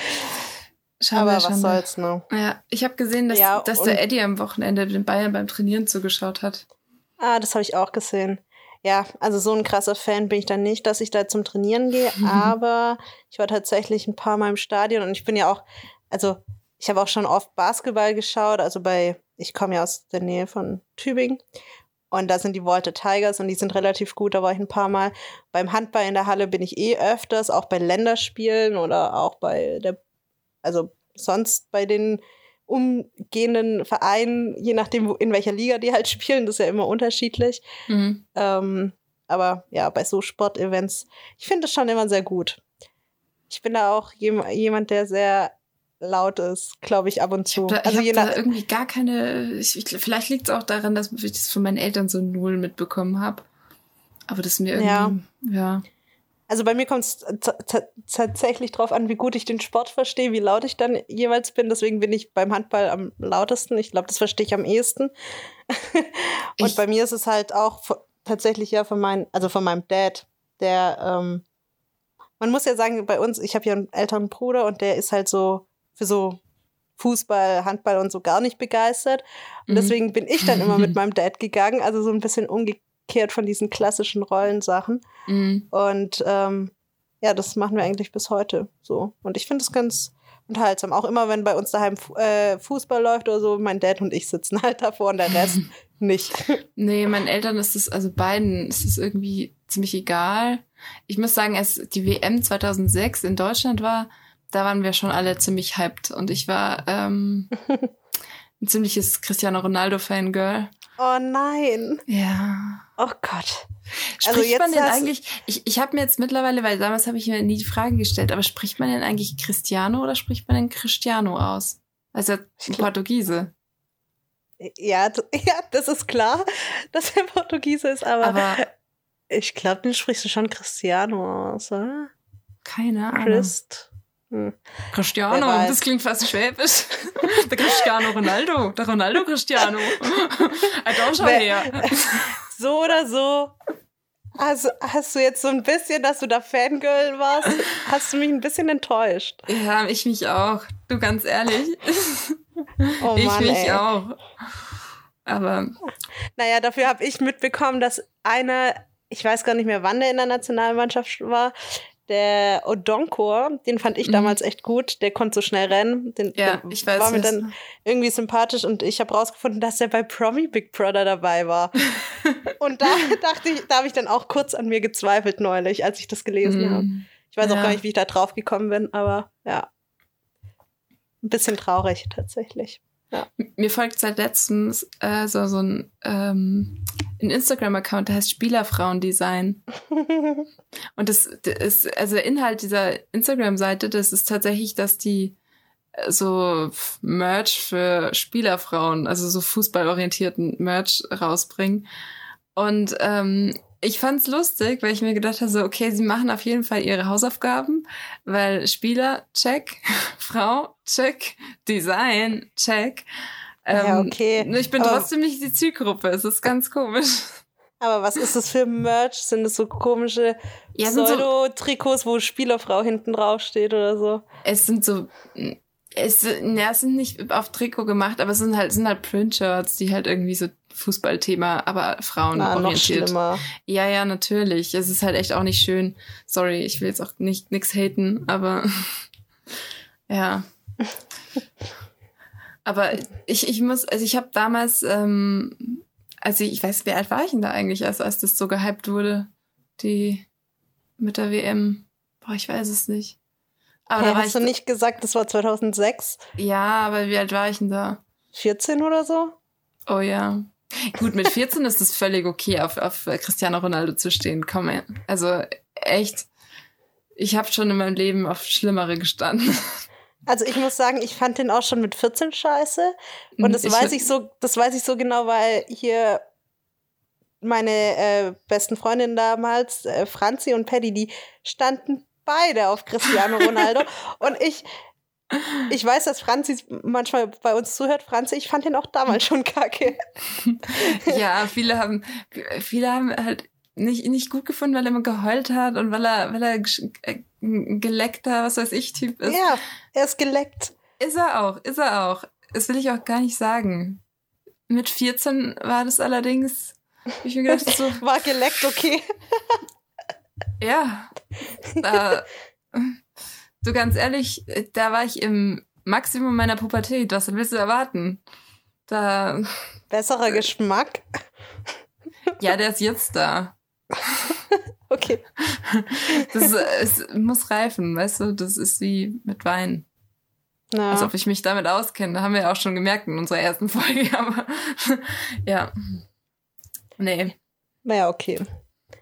Schade, aber schade. was soll's, ne? Ja, ich habe gesehen, dass, ja, dass der Eddie am Wochenende den Bayern beim Trainieren zugeschaut hat. Ah, das habe ich auch gesehen. Ja, also so ein krasser Fan bin ich dann nicht, dass ich da zum Trainieren gehe, aber ich war tatsächlich ein paar Mal im Stadion und ich bin ja auch, also ich habe auch schon oft Basketball geschaut, also bei, ich komme ja aus der Nähe von Tübingen und da sind die Volte Tigers und die sind relativ gut, da war ich ein paar Mal. Beim Handball in der Halle bin ich eh öfters, auch bei Länderspielen oder auch bei der, also sonst bei den umgehenden Vereinen, je nachdem, in welcher Liga die halt spielen, das ist ja immer unterschiedlich. Mhm. Ähm, Aber ja, bei so Sportevents, ich finde es schon immer sehr gut. Ich bin da auch jem- jemand, der sehr laut ist, glaube ich, ab und zu. Da, also ich je habe nach da irgendwie gar keine, ich, ich, vielleicht liegt es auch daran, dass ich das von meinen Eltern so null mitbekommen habe. Aber das ist mir irgendwie, ja. ja. Also bei mir kommt es t- t- tatsächlich drauf an, wie gut ich den Sport verstehe, wie laut ich dann jeweils bin. Deswegen bin ich beim Handball am lautesten. Ich glaube, das verstehe ich am ehesten. Und Ich- bei mir ist es halt auch v- tatsächlich ja von meinem, also von meinem Dad, der, ähm, man muss ja sagen, bei uns, ich habe ja einen älteren Bruder und der ist halt so für so Fußball, Handball und so gar nicht begeistert. Und Mhm. deswegen bin ich dann immer mit meinem Dad gegangen, also so ein bisschen umgekehrt von diesen klassischen Rollensachen. Mhm. Und ähm, ja, das machen wir eigentlich bis heute so. Und ich finde es ganz unterhaltsam. Auch immer, wenn bei uns daheim Fu- äh, Fußball läuft oder so, mein Dad und ich sitzen halt davor und der Rest nicht. Nee, meinen Eltern ist es, also beiden ist es irgendwie ziemlich egal. Ich muss sagen, als die W M zweitausendsechs in Deutschland war, da waren wir schon alle ziemlich hyped. Und ich war ähm, ein ziemliches Cristiano Ronaldo-Fangirl. Oh nein. Ja. Oh Gott. Spricht Also jetzt man denn hast- eigentlich, ich, ich habe mir jetzt mittlerweile, weil damals habe ich mir nie die Frage gestellt, aber spricht man denn eigentlich Cristiano oder spricht man denn Cristiano aus? Also ein Portugiese. Ja, d- ja, das ist klar, dass er Portugiese ist, aber, Aber ich glaube, den sprichst du schon Cristiano aus, oder? keine Ahnung. Christ. Hm. Cristiano, Wer weiß. das klingt fast schwäbisch. Der Cristiano Ronaldo, der Ronaldo Cristiano. Also auch schon Wer- her. So oder so. Also hast du jetzt so ein bisschen, dass du da Fangirl warst, hast du mich ein bisschen enttäuscht. Ja, ich mich auch. Du, ganz ehrlich. Oh ich Mann, mich ey. auch. Aber Naja, dafür habe ich mitbekommen, dass einer, ich weiß gar nicht mehr, wann der in der Nationalmannschaft war, der Odonkor, den fand ich Mhm. damals echt gut. Der konnte so schnell rennen. Den, ja, der ich weiß war mir es. dann irgendwie sympathisch und ich habe rausgefunden, dass er bei Promi Big Brother dabei war. Und da dachte ich, da habe ich dann auch kurz an mir gezweifelt neulich, als ich das gelesen habe. Mhm. Ich weiß auch Ja. gar nicht, wie ich da drauf gekommen bin, aber ja. Ein bisschen traurig tatsächlich. Mir folgt seit letztens äh, so, so ein, ähm, ein Instagram-Account, der heißt Spielerfrauendesign. Und das, das ist, also der Inhalt dieser Instagram-Seite, das ist tatsächlich, dass die äh, so Merch für Spielerfrauen, also so fußballorientierten Merch rausbringen. Und ähm, ich fand's lustig, weil ich mir gedacht habe, so, okay, sie machen auf jeden Fall ihre Hausaufgaben, weil Spieler, check, Frau, check, Design, check. Ähm, Ja, okay. nur Ich bin Aber- trotzdem nicht die Zielgruppe, es ist ganz komisch. Aber was ist das für Merch? Sind das so komische Ja, sind so, Pseudo-Trikots, wo Spielerfrau hinten drauf steht oder so? es sind so, es, ja, es sind nicht auf Trikot gemacht, aber es sind halt, sind halt Print-Shirts, die halt irgendwie so Fußballthema, aber Frauen Na, noch orientiert. schlimmer. Ja, ja, natürlich. Es ist halt echt auch nicht schön. Sorry, ich will jetzt auch nicht nix haten, aber ja. Aber ich, ich muss, also ich habe damals, ähm, also ich weiß, wie alt war ich denn da eigentlich, als, als das so gehypt wurde, die mit der W M? Boah, ich weiß es nicht. Aber Hä, da war hast ich, du nicht gesagt, das war zweitausendsechs? ja, aber wie alt war ich denn da? vierzehn oder so? Oh ja. Gut, mit vierzehn ist es völlig okay, auf, auf Cristiano Ronaldo zu stehen. Komm, ey. Also echt, ich habe schon in meinem Leben auf Schlimmere gestanden. Also ich muss sagen, ich fand den auch schon mit vierzehn scheiße. Und das Ich- weiß ich so, das weiß ich so genau, weil hier meine äh, besten Freundinnen damals, äh, Franzi und Paddy, die standen beide auf Cristiano Ronaldo. Und ich, ich weiß, dass Franzi manchmal bei uns zuhört. Franzi, ich fand den auch damals schon kacke. Ja, viele haben, viele haben halt nicht, nicht gut gefunden, weil er immer geheult hat und weil er, weil er gesch- äh, ein geleckter, was weiß ich, Typ ist. Ja, er ist geleckt. Ist er auch, ist er auch. Das will ich auch gar nicht sagen. Mit vierzehn war das allerdings, hab ich mir gedacht, so, War geleckt, okay. ja, da, du ganz ehrlich, da war ich im Maximum meiner Pubertät. Was willst du erwarten? Da, Besserer Geschmack. ja, der ist jetzt da. Okay. Das es muss reifen, weißt du? Das ist wie mit Wein. Ja. Als ob ich mich damit auskenne. Da haben wir ja auch schon gemerkt in unserer ersten Folge. Aber ja, nee. Naja, okay.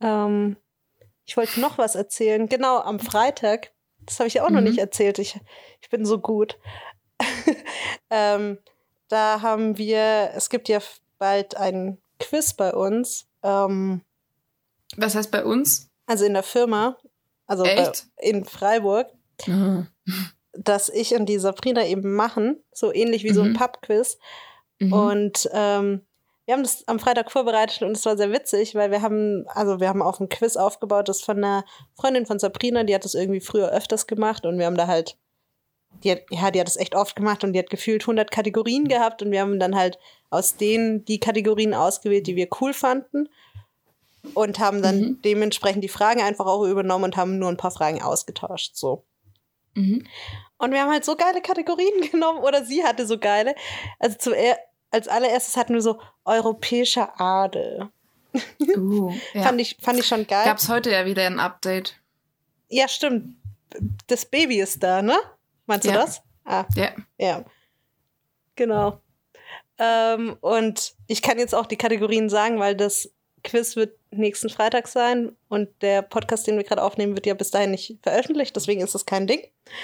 Ähm, ich wollte noch was erzählen. Genau, am Freitag, das habe ich auch mhm. noch nicht erzählt, ich, ich bin so gut. ähm, da haben wir, es gibt ja bald ein Quiz bei uns. Ähm, was heißt bei uns? Also in der Firma, also bei, in Freiburg, mhm. dass ich und die Sabrina eben machen, so ähnlich wie mhm. so ein Pub-Quiz. Mhm. Und ähm, wir haben das am Freitag vorbereitet und es war sehr witzig, weil wir haben, also wir haben auch ein Quiz aufgebaut, das von einer Freundin von Sabrina, die hat das irgendwie früher öfters gemacht und wir haben da halt, die hat, ja, die hat das echt oft gemacht und die hat gefühlt hundert Kategorien gehabt und wir haben dann halt aus denen die Kategorien ausgewählt, die wir cool fanden und haben dann mhm. dementsprechend die Fragen einfach auch übernommen und haben nur ein paar Fragen ausgetauscht, so. Mhm. Und wir haben halt so geile Kategorien genommen oder sie hatte so geile, also zuerst als allererstes hatten wir so europäischer Adel. Uh, ja. fand, ich, fand ich schon geil. Gab's heute ja wieder ein Update. Ja, stimmt. Das Baby ist da, ne? Meinst du ja. das? Ah. Ja. Ja. Genau. Ähm, und ich kann jetzt auch die Kategorien sagen, weil das Quiz wird nächsten Freitag sein und der Podcast, den wir gerade aufnehmen, wird ja bis dahin nicht veröffentlicht, deswegen ist das kein Ding.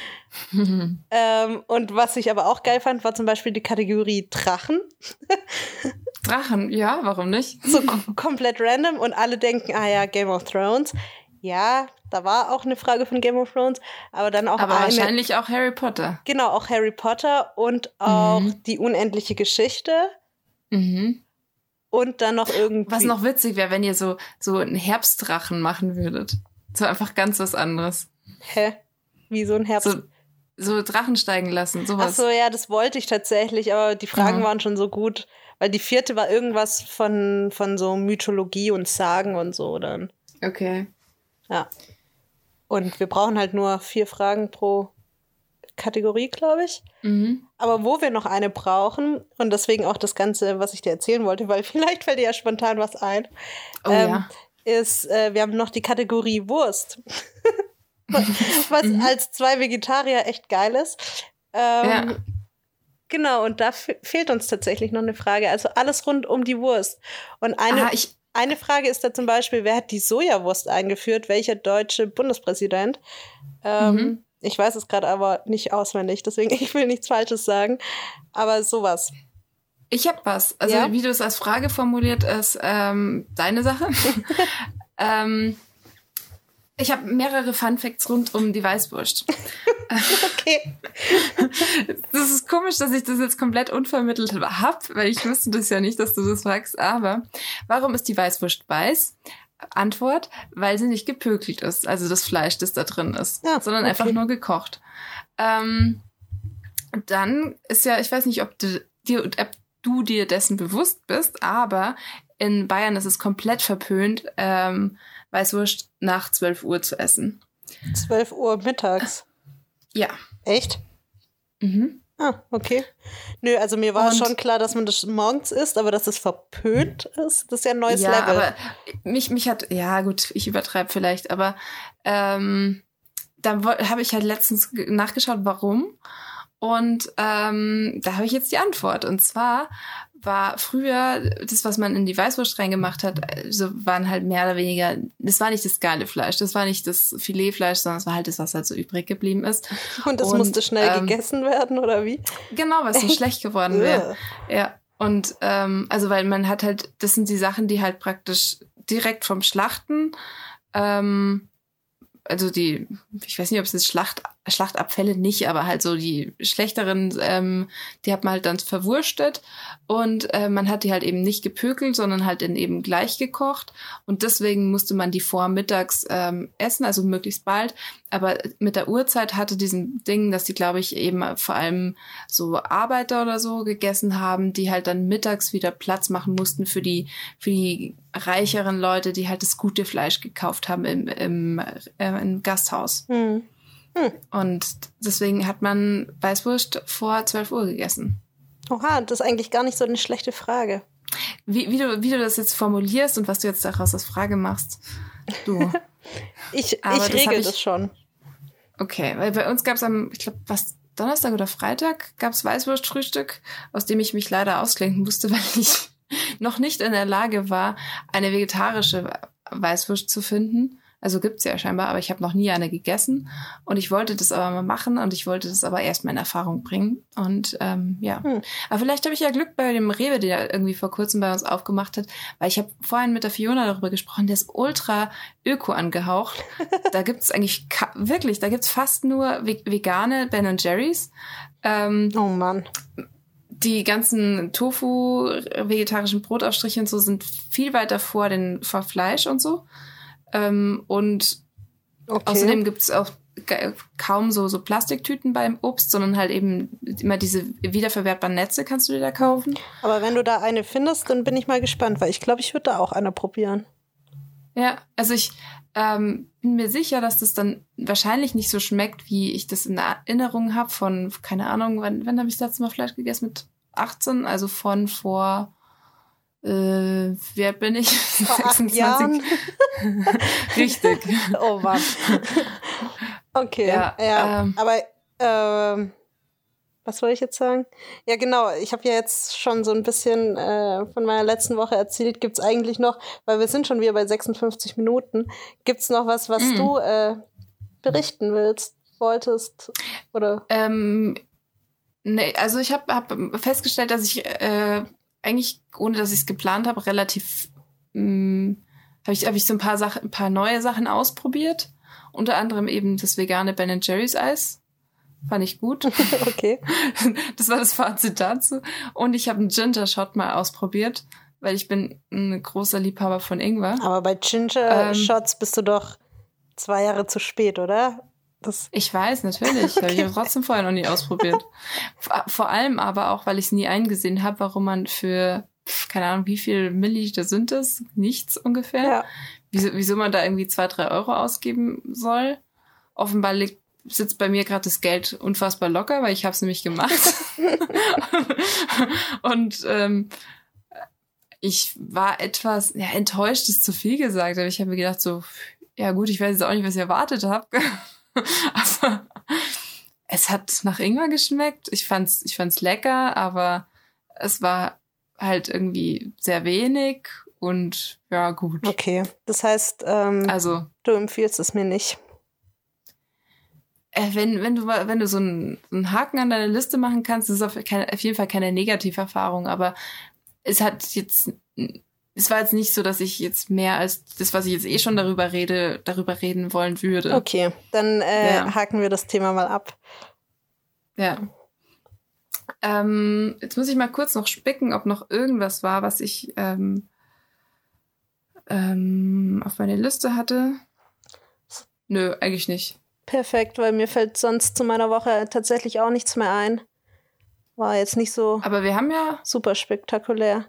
ähm, und was ich aber auch geil fand, war zum Beispiel die Kategorie Drachen. Drachen, ja, warum nicht? So k- komplett random und alle denken, ah ja, Game of Thrones. Ja, da war auch eine Frage von Game of Thrones, aber dann auch aber eine, wahrscheinlich auch Harry Potter. Genau, auch Harry Potter und auch mhm. die unendliche Geschichte. Mhm. Und dann noch irgendwie... Was noch witzig wäre, wenn ihr so, so einen Herbstdrachen machen würdet. So einfach ganz was anderes. Hä? Wie so ein Herbst... So, so Drachen steigen lassen, sowas. Ach so, ja, das wollte ich tatsächlich, aber die Fragen mhm. waren schon so gut. Weil die vierte war irgendwas von, von so Mythologie und Sagen und so dann. Okay. Ja. Und wir brauchen halt nur vier Fragen pro Kategorie, glaube ich. Mhm. Aber wo wir noch eine brauchen und deswegen auch das Ganze, was ich dir erzählen wollte, weil vielleicht fällt dir ja spontan was ein, oh, ähm, ja. ist, äh, wir haben noch die Kategorie Wurst. was mhm. als zwei Vegetarier echt geil ist. Ähm, ja. Genau, und da f- fehlt uns tatsächlich noch eine Frage. Also alles rund um die Wurst. Und eine, ah, ich eine Frage ist da zum Beispiel, wer hat die Sojawurst eingeführt? Welcher deutsche Bundespräsident? Ähm, mhm. Ich weiß es gerade aber nicht auswendig, deswegen ich will nichts Falsches sagen. Aber sowas. Ich hab was. Also ja? Wie du es als Frage formuliert, ist ähm, deine Sache. ähm, ich habe mehrere Funfacts rund um die Weißwurst. Okay. Das ist komisch, dass ich das jetzt komplett unvermittelt habe, weil ich wusste das ja nicht, dass du das fragst. Aber warum ist die Weißwurst weiß? Antwort, weil sie nicht gepökelt ist, also das Fleisch, das da drin ist, ja, sondern okay. einfach nur gekocht. Ähm, dann ist ja, ich weiß nicht, ob du, dir, ob du dir dessen bewusst bist, aber in Bayern ist es komplett verpönt, ähm, Weißwurst nach zwölf Uhr zu essen. zwölf Uhr mittags? Ja. Echt? Mhm. Ah, okay. Nö, also mir war und, schon klar, dass man das morgens isst, aber dass es verpönt ist, das ist ja ein neues ja, Level. Aber mich, mich hat, ja gut, ich übertreibe vielleicht, aber ähm, da habe ich halt letztens nachgeschaut, warum. Und ähm, da habe ich jetzt die Antwort. Und zwar war früher das, was man in die Weißwurst reingemacht hat, so waren halt mehr oder weniger, das war nicht das geile Fleisch, das war nicht das Filetfleisch, sondern es war halt das, was halt so übrig geblieben ist. Und das und, musste schnell ähm, gegessen werden, oder wie? Genau, was so schlecht geworden wäre. Ja. Und ähm, also weil man hat halt, das sind die Sachen, die halt praktisch direkt vom Schlachten, ähm, also die, ich weiß nicht, ob es jetzt Schlacht, Schlachtabfälle nicht, aber halt so die schlechteren, ähm, die hat man halt dann verwurstet und äh, man hat die halt eben nicht gepökelt, sondern halt in eben gleich gekocht und deswegen musste man die vormittags ähm, essen, also möglichst bald, aber mit der Uhrzeit hatte diesen Ding, dass die, glaube ich, eben vor allem so Arbeiter oder so gegessen haben, die halt dann mittags wieder Platz machen mussten für die, für die reicheren Leute, die halt das gute Fleisch gekauft haben im, im, äh, im Gasthaus. Hm. Hm. Und deswegen hat man Weißwurst vor zwölf Uhr gegessen. Oha, das ist eigentlich gar nicht so eine schlechte Frage. Wie, wie, du, wie du das jetzt formulierst und was du jetzt daraus als Frage machst, du. ich ich regel das, das schon. Okay, weil bei uns gab es am, ich glaube, was, Donnerstag oder Freitag gab es Weißwurstfrühstück, aus dem ich mich leider ausklinken musste, weil ich noch nicht in der Lage war, eine vegetarische Weißwurst zu finden. Also gibt's ja scheinbar, aber ich habe noch nie eine gegessen. Und ich wollte das aber mal machen und ich wollte das aber erst mal in Erfahrung bringen. Und ähm, ja, hm. aber vielleicht habe ich ja Glück bei dem Rewe, der irgendwie vor kurzem bei uns aufgemacht hat, weil ich habe vorhin mit der Fiona darüber gesprochen, der ist ultra öko angehaucht. Da gibt's eigentlich ka- wirklich, da gibt's fast nur ve- vegane Ben und Jerry's. Ähm, oh Mann. Die ganzen Tofu, vegetarischen Brotaufstriche und so sind viel weiter vor den vor Fleisch und so. Ähm, und okay. Außerdem gibt es auch g- kaum so, so Plastiktüten beim Obst, sondern halt eben immer diese wiederverwertbaren Netze kannst du dir da kaufen. Aber wenn du da eine findest, dann bin ich mal gespannt, weil ich glaube, ich würde da auch eine probieren. Ja, also ich ähm, bin mir sicher, dass das dann wahrscheinlich nicht so schmeckt, wie ich das in Erinnerung habe von, keine Ahnung, wann, wann habe ich das letzte Mal Fleisch gegessen? Mit achtzehn, also von vor... Äh, wer bin ich? sechsundzwanzig. Richtig. Oh Mann. Okay. Ja, ja ähm, aber ähm, was wollte ich jetzt sagen? Ja, genau. Ich habe ja jetzt schon so ein bisschen äh, von meiner letzten Woche erzählt. Gibt's eigentlich noch, weil wir sind schon wieder bei sechsundfünfzig Minuten, gibt's noch was, was mm. du äh, berichten willst, wolltest? Oder? Ähm, nee, also ich habe hab festgestellt, dass ich äh, eigentlich, ohne dass ich es geplant habe, relativ mh, habe ich, hab ich so ein paar Sachen, ein paar neue Sachen ausprobiert. Unter anderem eben das vegane Ben and Jerry's Eis. Fand ich gut. Okay. Das war das Fazit dazu. Und ich habe einen Ginger Shot mal ausprobiert, weil ich bin ein großer Liebhaber von Ingwer. Aber bei Ginger Shots ähm, bist du doch zwei Jahre zu spät, oder? Das ich weiß, natürlich. Okay. Habe ich aber trotzdem vorher noch nie ausprobiert. Vor allem aber auch, weil ich es nie eingesehen habe, warum man für, keine Ahnung, wie viel Milliliter sind das? Nichts ungefähr. Ja. Wieso, wieso man da irgendwie zwei, drei Euro ausgeben soll. Offenbar liegt, sitzt bei mir gerade das Geld unfassbar locker, weil ich habe es nämlich gemacht. Und ähm, ich war etwas, ja, enttäuscht ist zu viel gesagt, aber ich habe mir gedacht so, ja gut, ich weiß jetzt auch nicht, was ihr erwartet habt. Aber es hat nach Ingwer geschmeckt. Ich fand's, ich fand's lecker, aber es war halt irgendwie sehr wenig und ja, gut. Okay, das heißt, ähm, also, du empfiehlst es mir nicht. Äh, wenn, wenn du, wenn du so einen, einen Haken an deine Liste machen kannst, ist es auf, keine, auf jeden Fall keine Negativerfahrung, aber es hat jetzt, es war jetzt nicht so, dass ich jetzt mehr als das, was ich jetzt eh schon darüber rede, darüber reden wollen würde. Okay, dann äh, ja. haken wir das Thema mal ab. Ja. Ähm, jetzt muss ich mal kurz noch spicken, ob noch irgendwas war, was ich ähm, ähm, auf meine Liste hatte. Nö, eigentlich nicht. Perfekt, weil mir fällt sonst zu meiner Woche tatsächlich auch nichts mehr ein. War jetzt nicht so Aber wir haben ja super spektakulär.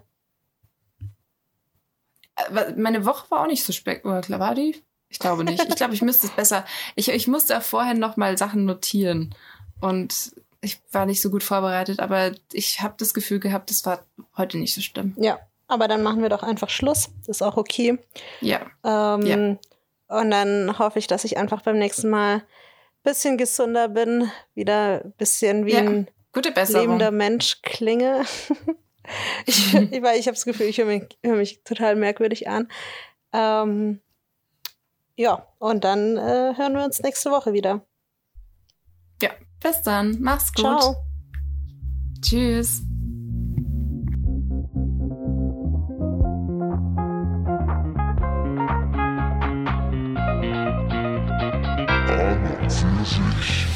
Meine Woche war auch nicht so spektakulär, war die? Ich glaube nicht. Ich glaube, ich müsste es besser. Ich, ich musste auch vorher noch mal Sachen notieren. Und ich war nicht so gut vorbereitet, aber ich habe das Gefühl gehabt, das war heute nicht so schlimm. Ja, aber dann machen wir doch einfach Schluss. Das ist auch okay. Ja. Ähm, ja. Und dann hoffe ich, dass ich einfach beim nächsten Mal ein bisschen gesünder bin, wieder ein bisschen wie ja, ein gute Besserung. lebender Mensch klinge. ich, ich, weil ich habe das Gefühl, ich höre mich, hör mich total merkwürdig an. Ähm, ja, und dann äh, hören wir uns nächste Woche wieder. Ja, bis dann. Mach's gut. Ciao. Tschüss. An und für sich